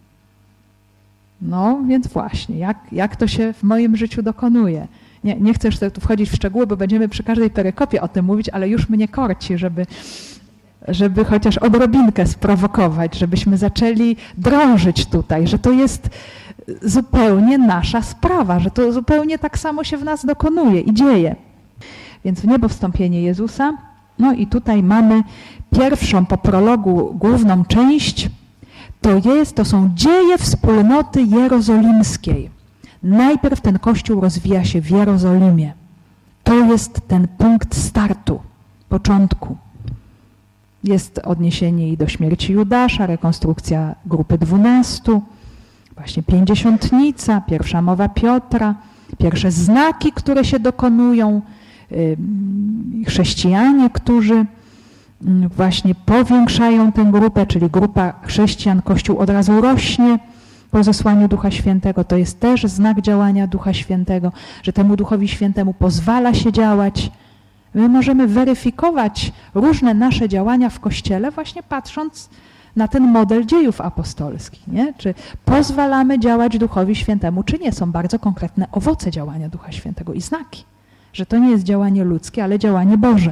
No więc właśnie, jak, jak to się w moim życiu dokonuje? Nie, nie chcę już tu wchodzić w szczegóły, bo będziemy przy każdej perykopie o tym mówić, ale już mnie korci, żeby, żeby chociaż odrobinkę sprowokować, żebyśmy zaczęli drążyć tutaj, że to jest zupełnie nasza sprawa, że to zupełnie tak samo się w nas dokonuje i dzieje. Więc w niebo wstąpienie Jezusa, no i tutaj mamy pierwszą po prologu główną część. To jest, to są dzieje wspólnoty jerozolimskiej. Najpierw ten Kościół rozwija się w Jerozolimie. To jest ten punkt startu, początku. Jest odniesienie i do śmierci Judasza, rekonstrukcja grupy dwunastu, właśnie pięćdziesiątnica, pierwsza mowa Piotra, pierwsze znaki, które się dokonują, chrześcijanie, którzy właśnie powiększają tę grupę, czyli grupa chrześcijan, Kościół od razu rośnie po zesłaniu Ducha Świętego. To jest też znak działania Ducha Świętego, że temu Duchowi Świętemu pozwala się działać. My możemy weryfikować różne nasze działania w Kościele właśnie patrząc na ten model dziejów apostolskich. Nie? Czy pozwalamy działać Duchowi Świętemu, czy nie. Są bardzo konkretne owoce działania Ducha Świętego i znaki, że to nie jest działanie ludzkie, ale działanie Boże.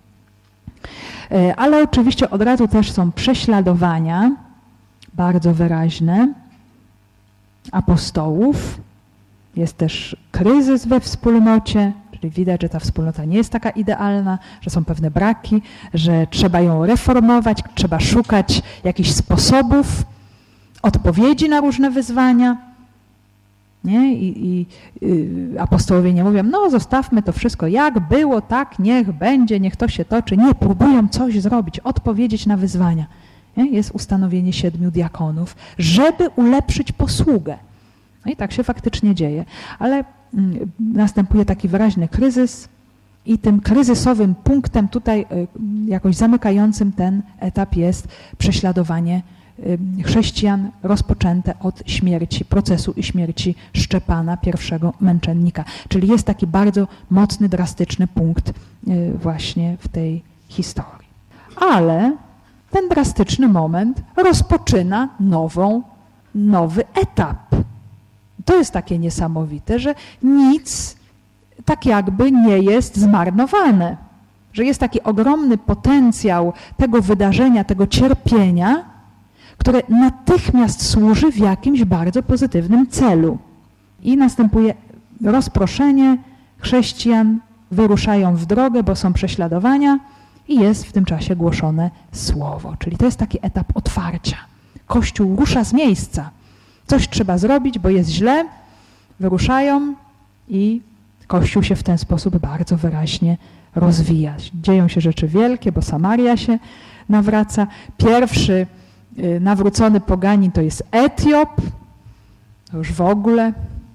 Ale oczywiście od razu też są prześladowania, bardzo wyraźne, apostołów. Jest też kryzys we wspólnocie, czyli widać, że ta wspólnota nie jest taka idealna, że są pewne braki, że trzeba ją reformować, trzeba szukać jakichś sposobów, odpowiedzi na różne wyzwania. Nie? I, i y, apostołowie nie mówią, no zostawmy to wszystko jak było, tak niech będzie, niech to się toczy. Nie, próbują coś zrobić, odpowiedzieć na wyzwania. Nie? Jest ustanowienie siedmiu diakonów, żeby ulepszyć posługę. No i tak się faktycznie dzieje. Ale y, następuje taki wyraźny kryzys i tym kryzysowym punktem tutaj y, jakoś zamykającym ten etap jest prześladowanie chrześcijan rozpoczęte od śmierci, procesu i śmierci Szczepana, pierwszego męczennika. Czyli jest taki bardzo mocny, drastyczny punkt właśnie w tej historii. Ale ten drastyczny moment rozpoczyna nową, nowy etap. To jest takie niesamowite, że nic tak jakby nie jest zmarnowane. Że jest taki ogromny potencjał tego wydarzenia, tego cierpienia, które natychmiast służy w jakimś bardzo pozytywnym celu. I następuje rozproszenie, chrześcijan wyruszają w drogę, bo są prześladowania i jest w tym czasie głoszone słowo. Czyli to jest taki etap otwarcia. Kościół rusza z miejsca. Coś trzeba zrobić, bo jest źle, wyruszają i Kościół się w ten sposób bardzo wyraźnie rozwija. Dzieją się rzeczy wielkie, bo Samaria się nawraca. Pierwszy nawrócony poganin to jest Etiop, to już w ogóle,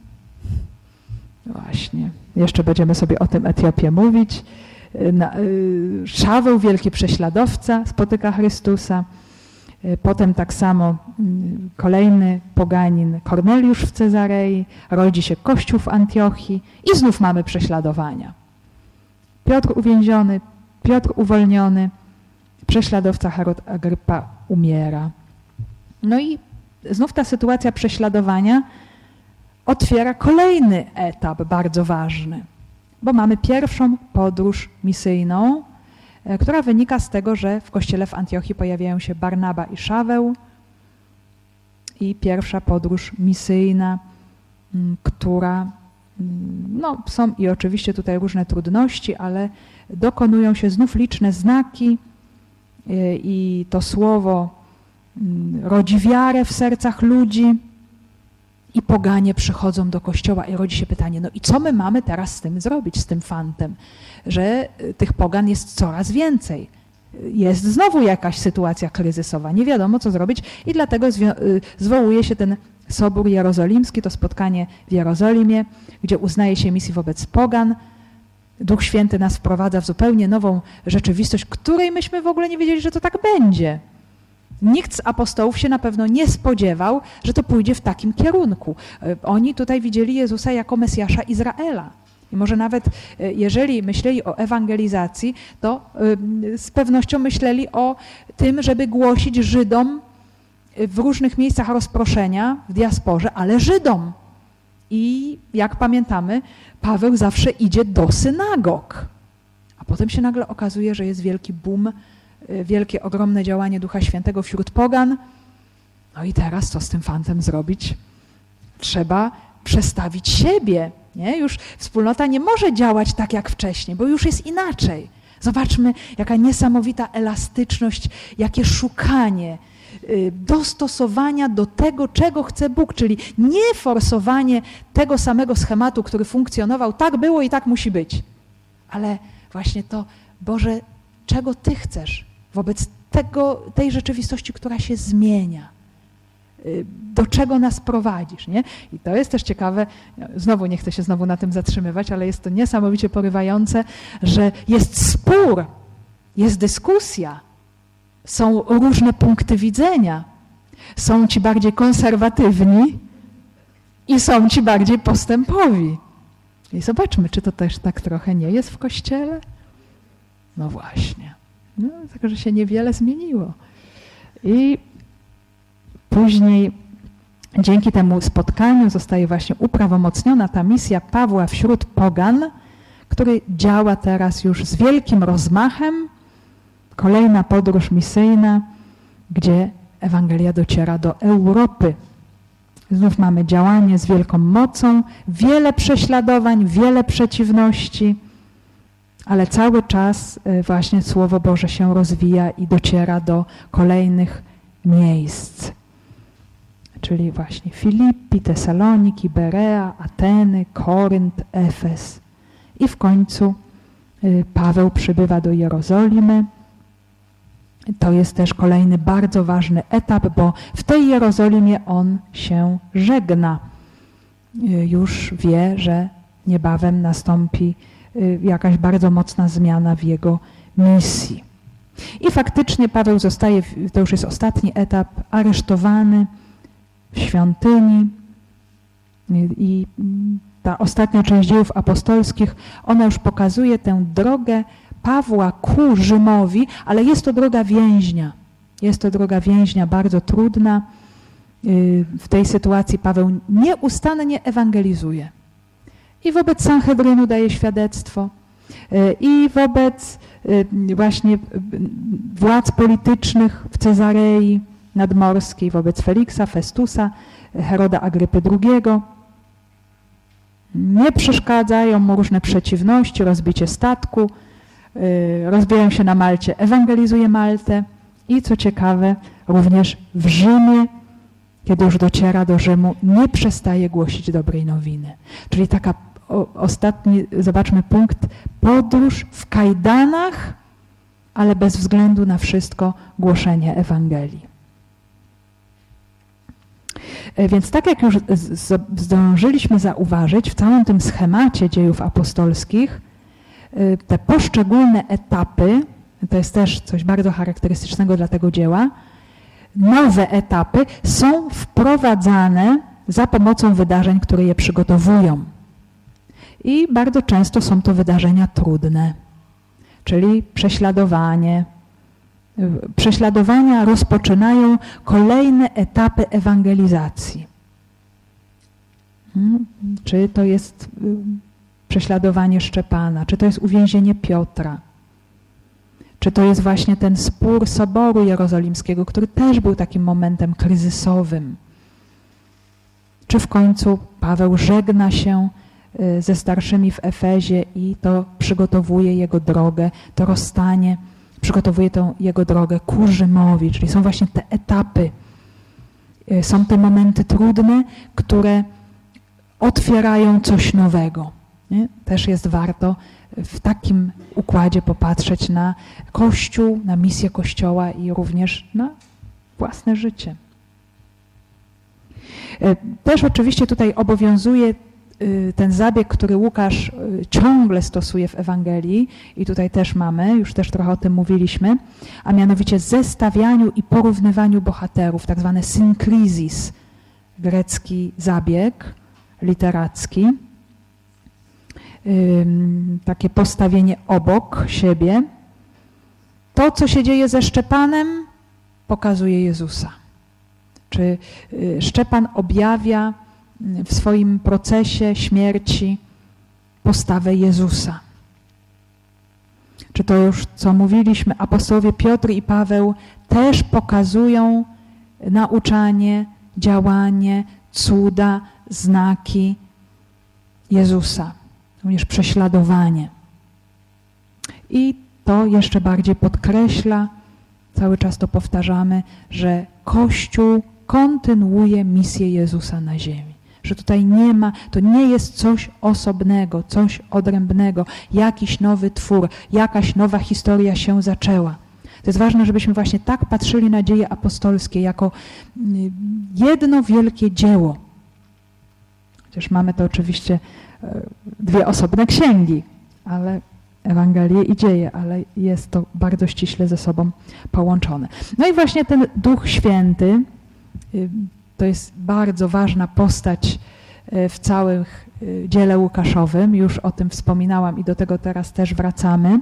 właśnie, jeszcze będziemy sobie o tym Etiopie mówić. Szaweł, wielki prześladowca, spotyka Chrystusa. Potem tak samo kolejny poganin, Korneliusz w Cezarei, rodzi się Kościół w Antiochii i znów mamy prześladowania. Piotr uwięziony, Piotr uwolniony, prześladowca Herod Agrypa umiera. No i znów ta sytuacja prześladowania otwiera kolejny etap bardzo ważny, bo mamy pierwszą podróż misyjną, która wynika z tego, że w kościele w Antiochii pojawiają się Barnaba i Szaweł i pierwsza podróż misyjna, która, no są i oczywiście tutaj różne trudności, ale dokonują się znów liczne znaki i to słowo rodzi wiarę w sercach ludzi i poganie przychodzą do kościoła i rodzi się pytanie, no i co my mamy teraz z tym zrobić, z tym fantem, że tych pogan jest coraz więcej. Jest znowu jakaś sytuacja kryzysowa, nie wiadomo co zrobić i dlatego zwołuje się ten Sobór Jerozolimski, to spotkanie w Jerozolimie, gdzie uznaje się misję wobec pogan. Duch Święty nas wprowadza w zupełnie nową rzeczywistość, której myśmy w ogóle nie wiedzieli, że to tak będzie. Nikt z apostołów się na pewno nie spodziewał, że to pójdzie w takim kierunku. Oni tutaj widzieli Jezusa jako Mesjasza Izraela. I może nawet jeżeli myśleli o ewangelizacji, to z pewnością myśleli o tym, żeby głosić Żydom w różnych miejscach rozproszenia, w diasporze, ale Żydom. I jak pamiętamy, Paweł zawsze idzie do synagog. A potem się nagle okazuje, że jest wielki boom, wielkie, ogromne działanie Ducha Świętego wśród pogan. No i teraz co z tym fantem zrobić? Trzeba przestawić siebie. Nie? Już wspólnota nie może działać tak jak wcześniej, bo już jest inaczej. Zobaczmy, jaka niesamowita elastyczność, jakie szukanie, dostosowania do tego, czego chce Bóg, czyli nie forsowanie tego samego schematu, który funkcjonował, tak było i tak musi być, ale właśnie to, Boże, czego Ty chcesz wobec tego, tej rzeczywistości, która się zmienia, do czego nas prowadzisz, nie? I to jest też ciekawe, znowu nie chcę się znowu na tym zatrzymywać, ale jest to niesamowicie porywające, że jest spór, jest dyskusja, są różne punkty widzenia. Są ci bardziej konserwatywni i są ci bardziej postępowi. I zobaczmy, czy to też tak trochę nie jest w Kościele? No właśnie. No, tylko, że się niewiele zmieniło. I później dzięki temu spotkaniu zostaje właśnie uprawomocniona ta misja Pawła wśród pogan, który działa teraz już z wielkim rozmachem. Kolejna podróż misyjna, gdzie Ewangelia dociera do Europy. Znów mamy działanie z wielką mocą, wiele prześladowań, wiele przeciwności, ale cały czas właśnie Słowo Boże się rozwija i dociera do kolejnych miejsc. Czyli właśnie Filipi, Tesaloniki, Berea, Ateny, Korynt, Efes. I w końcu Paweł przybywa do Jerozolimy. To jest też kolejny bardzo ważny etap, bo w tej Jerozolimie on się żegna. Już wie, że niebawem nastąpi jakaś bardzo mocna zmiana w jego misji. I faktycznie Paweł zostaje, to już jest ostatni etap, aresztowany w świątyni i ta ostatnia część dziejów apostolskich, ona już pokazuje tę drogę Pawła ku Rzymowi, ale jest to droga więźnia. Jest to droga więźnia bardzo trudna. W tej sytuacji Paweł nieustannie ewangelizuje. I wobec Sanhedrynu daje świadectwo, i wobec właśnie władz politycznych w Cezarei Nadmorskiej, wobec Feliksa, Festusa, Heroda Agrypy drugiego. Nie przeszkadzają mu różne przeciwności, rozbicie statku, rozbijają się na Malcie, ewangelizuje Maltę i co ciekawe, również w Rzymie, kiedy już dociera do Rzymu, nie przestaje głosić dobrej nowiny. Czyli taka o, ostatni, zobaczmy punkt, podróż w kajdanach, ale bez względu na wszystko głoszenie Ewangelii. Więc tak jak już zdążyliśmy zauważyć w całym tym schemacie dziejów apostolskich, te poszczególne etapy, to jest też coś bardzo charakterystycznego dla tego dzieła, nowe etapy są wprowadzane za pomocą wydarzeń, które je przygotowują. I bardzo często są to wydarzenia trudne. czyli prześladowanie. Prześladowania rozpoczynają kolejne etapy ewangelizacji. Czy to jest prześladowanie Szczepana, czy to jest uwięzienie Piotra, czy to jest właśnie ten spór Soboru Jerozolimskiego, który też był takim momentem kryzysowym. Czy w końcu Paweł żegna się ze starszymi w Efezie i to przygotowuje jego drogę, to rozstanie, przygotowuje tą jego drogę ku Rzymowi, czyli są właśnie te etapy, są te momenty trudne, które otwierają coś nowego. Nie? Też jest warto w takim układzie popatrzeć na Kościół, na misję Kościoła i również na własne życie. Też oczywiście tutaj obowiązuje ten zabieg, który Łukasz ciągle stosuje w Ewangelii i tutaj też mamy, już też trochę o tym mówiliśmy, a mianowicie zestawianiu i porównywaniu bohaterów, tak zwane synkrizis, grecki zabieg literacki, takie postawienie obok siebie. To, co się dzieje ze Szczepanem, pokazuje Jezusa. Czy Szczepan objawia w swoim procesie śmierci postawę Jezusa. Czy to już, co mówiliśmy, apostołowie Piotr i Paweł też pokazują nauczanie, działanie, cuda, znaki Jezusa, również prześladowanie. I to jeszcze bardziej podkreśla, cały czas to powtarzamy, że Kościół kontynuuje misję Jezusa na ziemi. Że tutaj nie ma, to nie jest coś osobnego, coś odrębnego, jakiś nowy twór, jakaś nowa historia się zaczęła. To jest ważne, żebyśmy właśnie tak patrzyli na dzieje apostolskie jako jedno wielkie dzieło. Chociaż mamy to oczywiście dwie osobne księgi, ale Ewangelie i dzieje, ale jest to bardzo ściśle ze sobą połączone. No i właśnie ten Duch Święty, to jest bardzo ważna postać w całym dziele Łukaszowym, już o tym wspominałam i do tego teraz też wracamy,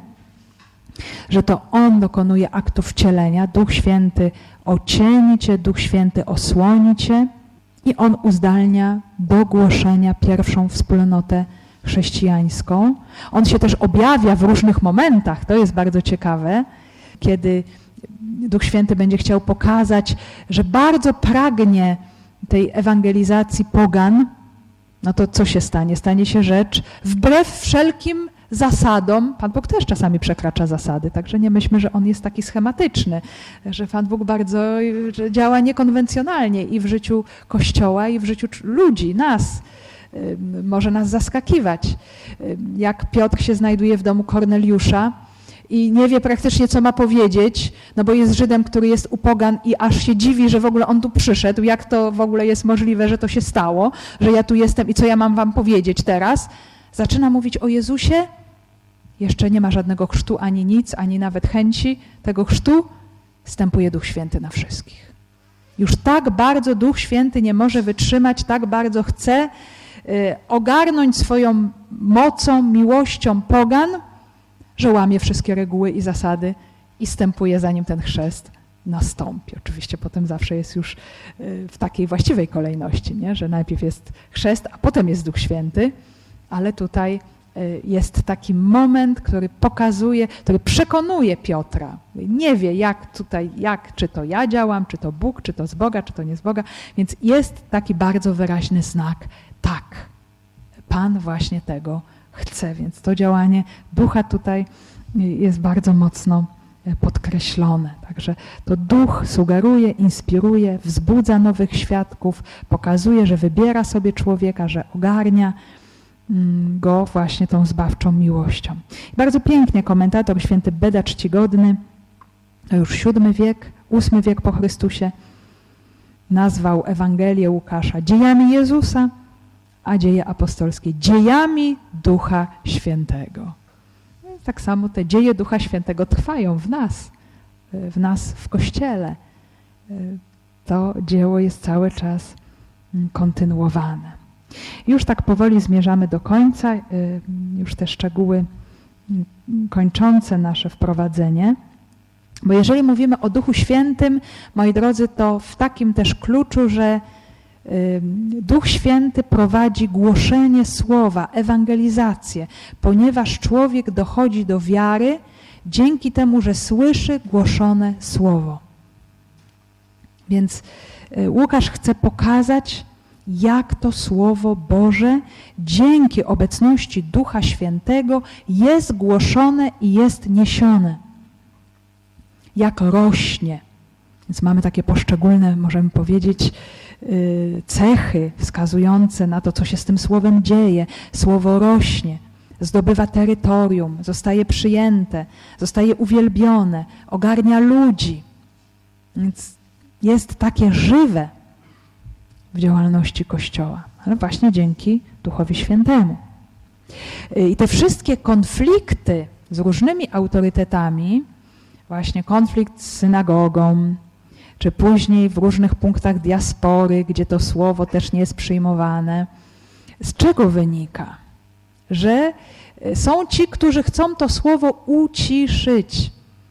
że to On dokonuje aktu wcielenia, Duch Święty ocieni Cię, Duch Święty osłoni Cię i On uzdalnia do głoszenia pierwszą wspólnotę chrześcijańską. On się też objawia w różnych momentach, to jest bardzo ciekawe, kiedy Duch Święty będzie chciał pokazać, że bardzo pragnie tej ewangelizacji pogan, no to co się stanie? Stanie się rzecz wbrew wszelkim zasadom. Pan Bóg też czasami przekracza zasady, także nie myślmy, że On jest taki schematyczny, że Pan Bóg bardzo że działa niekonwencjonalnie i w życiu Kościoła, i w życiu ludzi, nas. Może nas zaskakiwać. Jak Piotr się znajduje w domu Korneliusza i nie wie praktycznie, co ma powiedzieć, no bo jest Żydem, który jest u pogan i aż się dziwi, że w ogóle on tu przyszedł, jak to w ogóle jest możliwe, że to się stało, że ja tu jestem i co ja mam wam powiedzieć teraz. Zaczyna mówić o Jezusie, jeszcze nie ma żadnego chrztu, ani nic, ani nawet chęci tego chrztu, wstępuje Duch Święty na wszystkich. Już tak bardzo Duch Święty nie może wytrzymać, tak bardzo chce y, ogarnąć swoją mocą, miłością pogan, że łamie wszystkie reguły i zasady i wstępuje, zanim ten chrzest nastąpi. Oczywiście potem zawsze jest już w takiej właściwej kolejności, nie? Że najpierw jest chrzest, a potem jest Duch Święty, ale tutaj jest taki moment, który pokazuje, który przekonuje Piotra. Nie wie, jak tutaj, jak, czy to ja działam, czy to Bóg, czy to z Boga, czy to nie z Boga, więc jest taki bardzo wyraźny znak. Tak, Pan właśnie tego chce, więc to działanie Ducha tutaj jest bardzo mocno podkreślone. Także to Duch sugeruje, inspiruje, wzbudza nowych świadków, pokazuje, że wybiera sobie człowieka, że ogarnia go właśnie tą zbawczą miłością. Bardzo pięknie komentator święty Beda Czcigodny, to już siódmy wiek, ósmy wiek po Chrystusie, nazwał Ewangelię Łukasza dziejami Jezusa, a dzieje apostolskie dziejami Ducha Świętego. Tak samo te dzieje Ducha Świętego trwają w nas, w nas w Kościele. To dzieło jest cały czas kontynuowane. Już tak powoli zmierzamy do końca, już te szczegóły kończące nasze wprowadzenie. Bo jeżeli mówimy o Duchu Świętym, moi drodzy, to w takim też kluczu, że Duch Święty prowadzi głoszenie słowa, ewangelizację, ponieważ człowiek dochodzi do wiary dzięki temu, że słyszy głoszone słowo. Więc Łukasz chce pokazać, jak to Słowo Boże dzięki obecności Ducha Świętego jest głoszone i jest niesione. Jak rośnie. Więc mamy takie poszczególne, możemy powiedzieć, cechy wskazujące na to, co się z tym Słowem dzieje. Słowo rośnie, zdobywa terytorium, zostaje przyjęte, zostaje uwielbione, ogarnia ludzi. Więc jest takie żywe w działalności Kościoła, ale właśnie dzięki Duchowi Świętemu. I te wszystkie konflikty z różnymi autorytetami, właśnie konflikt z synagogą, czy później w różnych punktach diaspory, gdzie to słowo też nie jest przyjmowane. Z czego wynika? Że są ci, którzy chcą to słowo uciszyć,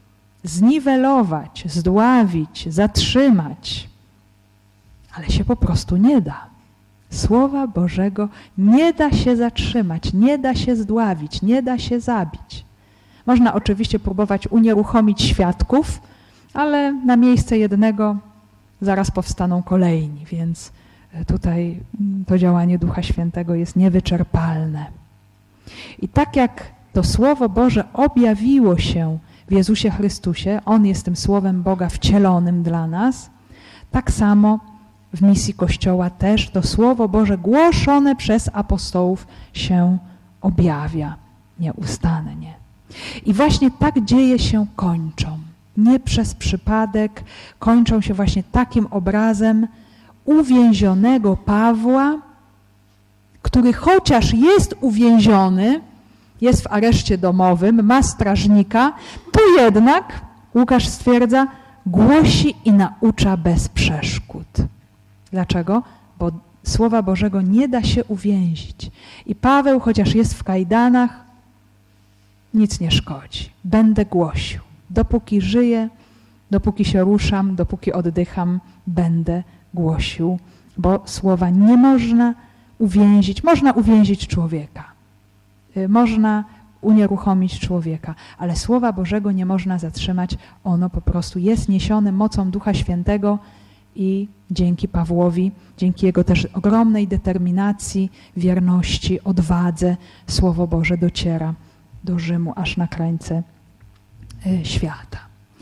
zniwelować, zdławić, zatrzymać. Ale się po prostu nie da. Słowa Bożego nie da się zatrzymać, nie da się zdławić, nie da się zabić. Można oczywiście próbować unieruchomić świadków, ale na miejsce jednego zaraz powstaną kolejni, więc tutaj to działanie Ducha Świętego jest niewyczerpalne. I tak jak to Słowo Boże objawiło się w Jezusie Chrystusie, On jest tym Słowem Boga wcielonym dla nas, tak samo w misji Kościoła też to Słowo Boże głoszone przez apostołów się objawia nieustannie. I właśnie tak dzieje się kończą. Nie przez przypadek, kończą się właśnie takim obrazem uwięzionego Pawła, który chociaż jest uwięziony, jest w areszcie domowym, ma strażnika, to jednak, Łukasz stwierdza, głosi i naucza bez przeszkód. Dlaczego? Bo Słowa Bożego nie da się uwięzić. I Paweł, chociaż jest w kajdanach, nic nie szkodzi. Będę głosił. Dopóki żyję, dopóki się ruszam, dopóki oddycham, będę głosił, bo słowa nie można uwięzić. Można uwięzić człowieka, można unieruchomić człowieka, ale Słowa Bożego nie można zatrzymać. Ono po prostu jest niesione mocą Ducha Świętego i dzięki Pawłowi, dzięki jego też ogromnej determinacji, wierności, odwadze, Słowo Boże dociera do Rzymu, aż na krańce świata.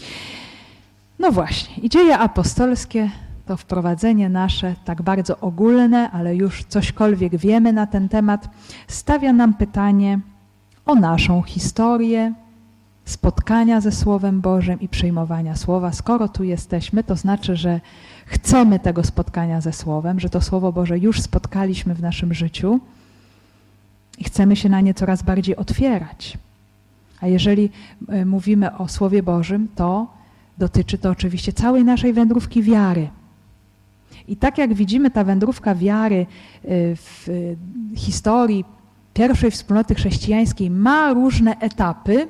No właśnie, i dzieje apostolskie to wprowadzenie nasze, tak bardzo ogólne, ale już cośkolwiek wiemy na ten temat, stawia nam pytanie o naszą historię spotkania ze Słowem Bożym i przyjmowania Słowa. Skoro tu jesteśmy, to znaczy, że chcemy tego spotkania ze Słowem, że to Słowo Boże już spotkaliśmy w naszym życiu i chcemy się na nie coraz bardziej otwierać. A jeżeli mówimy o Słowie Bożym, to dotyczy to oczywiście całej naszej wędrówki wiary. I tak jak widzimy, ta wędrówka wiary w historii pierwszej wspólnoty chrześcijańskiej ma różne etapy,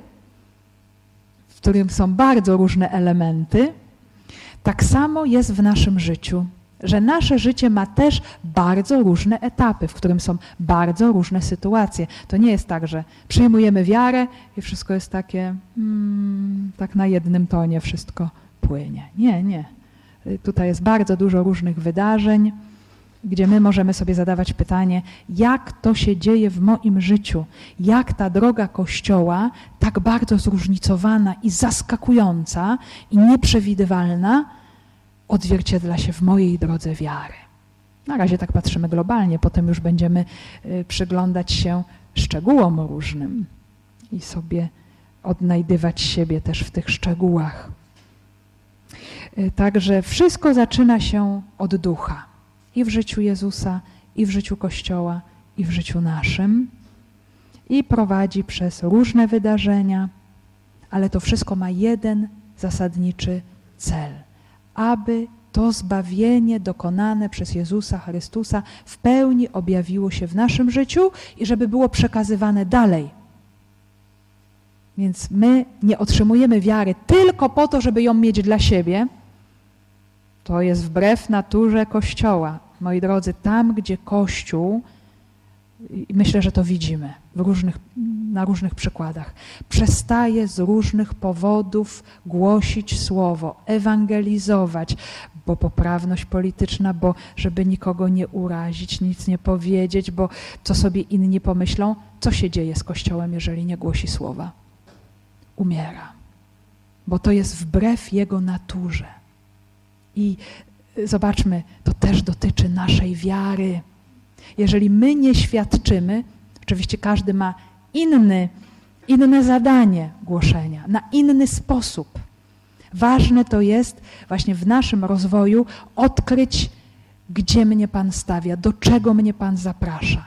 w którym są bardzo różne elementy, tak samo jest w naszym życiu, że nasze życie ma też bardzo różne etapy, w którym są bardzo różne sytuacje. To nie jest tak, że przyjmujemy wiarę i wszystko jest takie, hmm, tak na jednym tonie wszystko płynie. Nie, nie. Tutaj jest bardzo dużo różnych wydarzeń, gdzie my możemy sobie zadawać pytanie, jak to się dzieje w moim życiu, jak ta droga Kościoła, tak bardzo zróżnicowana i zaskakująca i nieprzewidywalna, odzwierciedla się w mojej drodze wiary. Na razie tak patrzymy globalnie, potem już będziemy przyglądać się szczegółom różnym i sobie odnajdywać siebie też w tych szczegółach. Także wszystko zaczyna się od Ducha. I w życiu Jezusa, i w życiu Kościoła, i w życiu naszym. I prowadzi przez różne wydarzenia, ale to wszystko ma jeden zasadniczy cel. Aby to zbawienie dokonane przez Jezusa Chrystusa w pełni objawiło się w naszym życiu i żeby było przekazywane dalej. Więc my nie otrzymujemy wiary tylko po to, żeby ją mieć dla siebie. To jest wbrew naturze Kościoła. Moi drodzy, tam, gdzie Kościół, i myślę, że to widzimy w różnych, na różnych przykładach, przestaje z różnych powodów głosić słowo, ewangelizować, bo poprawność polityczna, bo żeby nikogo nie urazić, nic nie powiedzieć, bo co sobie inni pomyślą, co się dzieje z Kościołem, jeżeli nie głosi słowa? Umiera, bo to jest wbrew jego naturze. I zobaczmy, to też dotyczy naszej wiary. Jeżeli my nie świadczymy, oczywiście każdy ma inny, inne zadanie głoszenia, na inny sposób. Ważne to jest właśnie w naszym rozwoju odkryć, gdzie mnie Pan stawia, do czego mnie Pan zaprasza.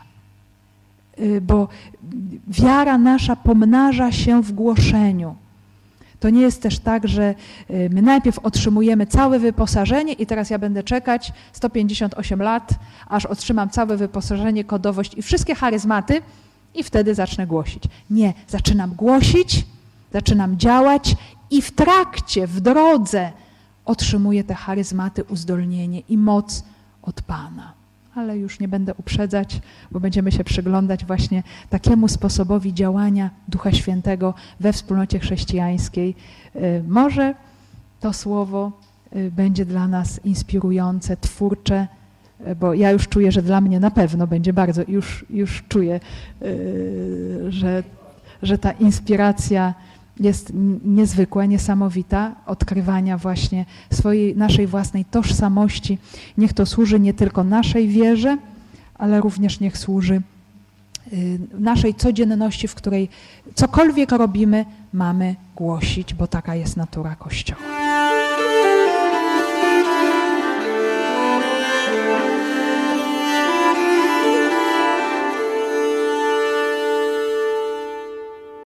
Bo wiara nasza pomnaża się w głoszeniu. To nie jest też tak, że my najpierw otrzymujemy całe wyposażenie i teraz ja będę czekać sto pięćdziesiąt osiem lat, aż otrzymam całe wyposażenie, kodowość i wszystkie charyzmaty i wtedy zacznę głosić. Nie, zaczynam głosić, zaczynam działać i w trakcie, w drodze otrzymuję te charyzmaty, uzdolnienie i moc od Pana. Ale już nie będę uprzedzać, bo będziemy się przyglądać właśnie takiemu sposobowi działania Ducha Świętego we wspólnocie chrześcijańskiej. Może to słowo będzie dla nas inspirujące, twórcze, bo ja już czuję, że dla mnie na pewno będzie bardzo, już, już czuję, że, że ta inspiracja jest niezwykła, niesamowita, odkrywania właśnie swojej, naszej własnej tożsamości. Niech to służy nie tylko naszej wierze, ale również niech służy naszej codzienności, w której cokolwiek robimy, mamy głosić, bo taka jest natura Kościoła.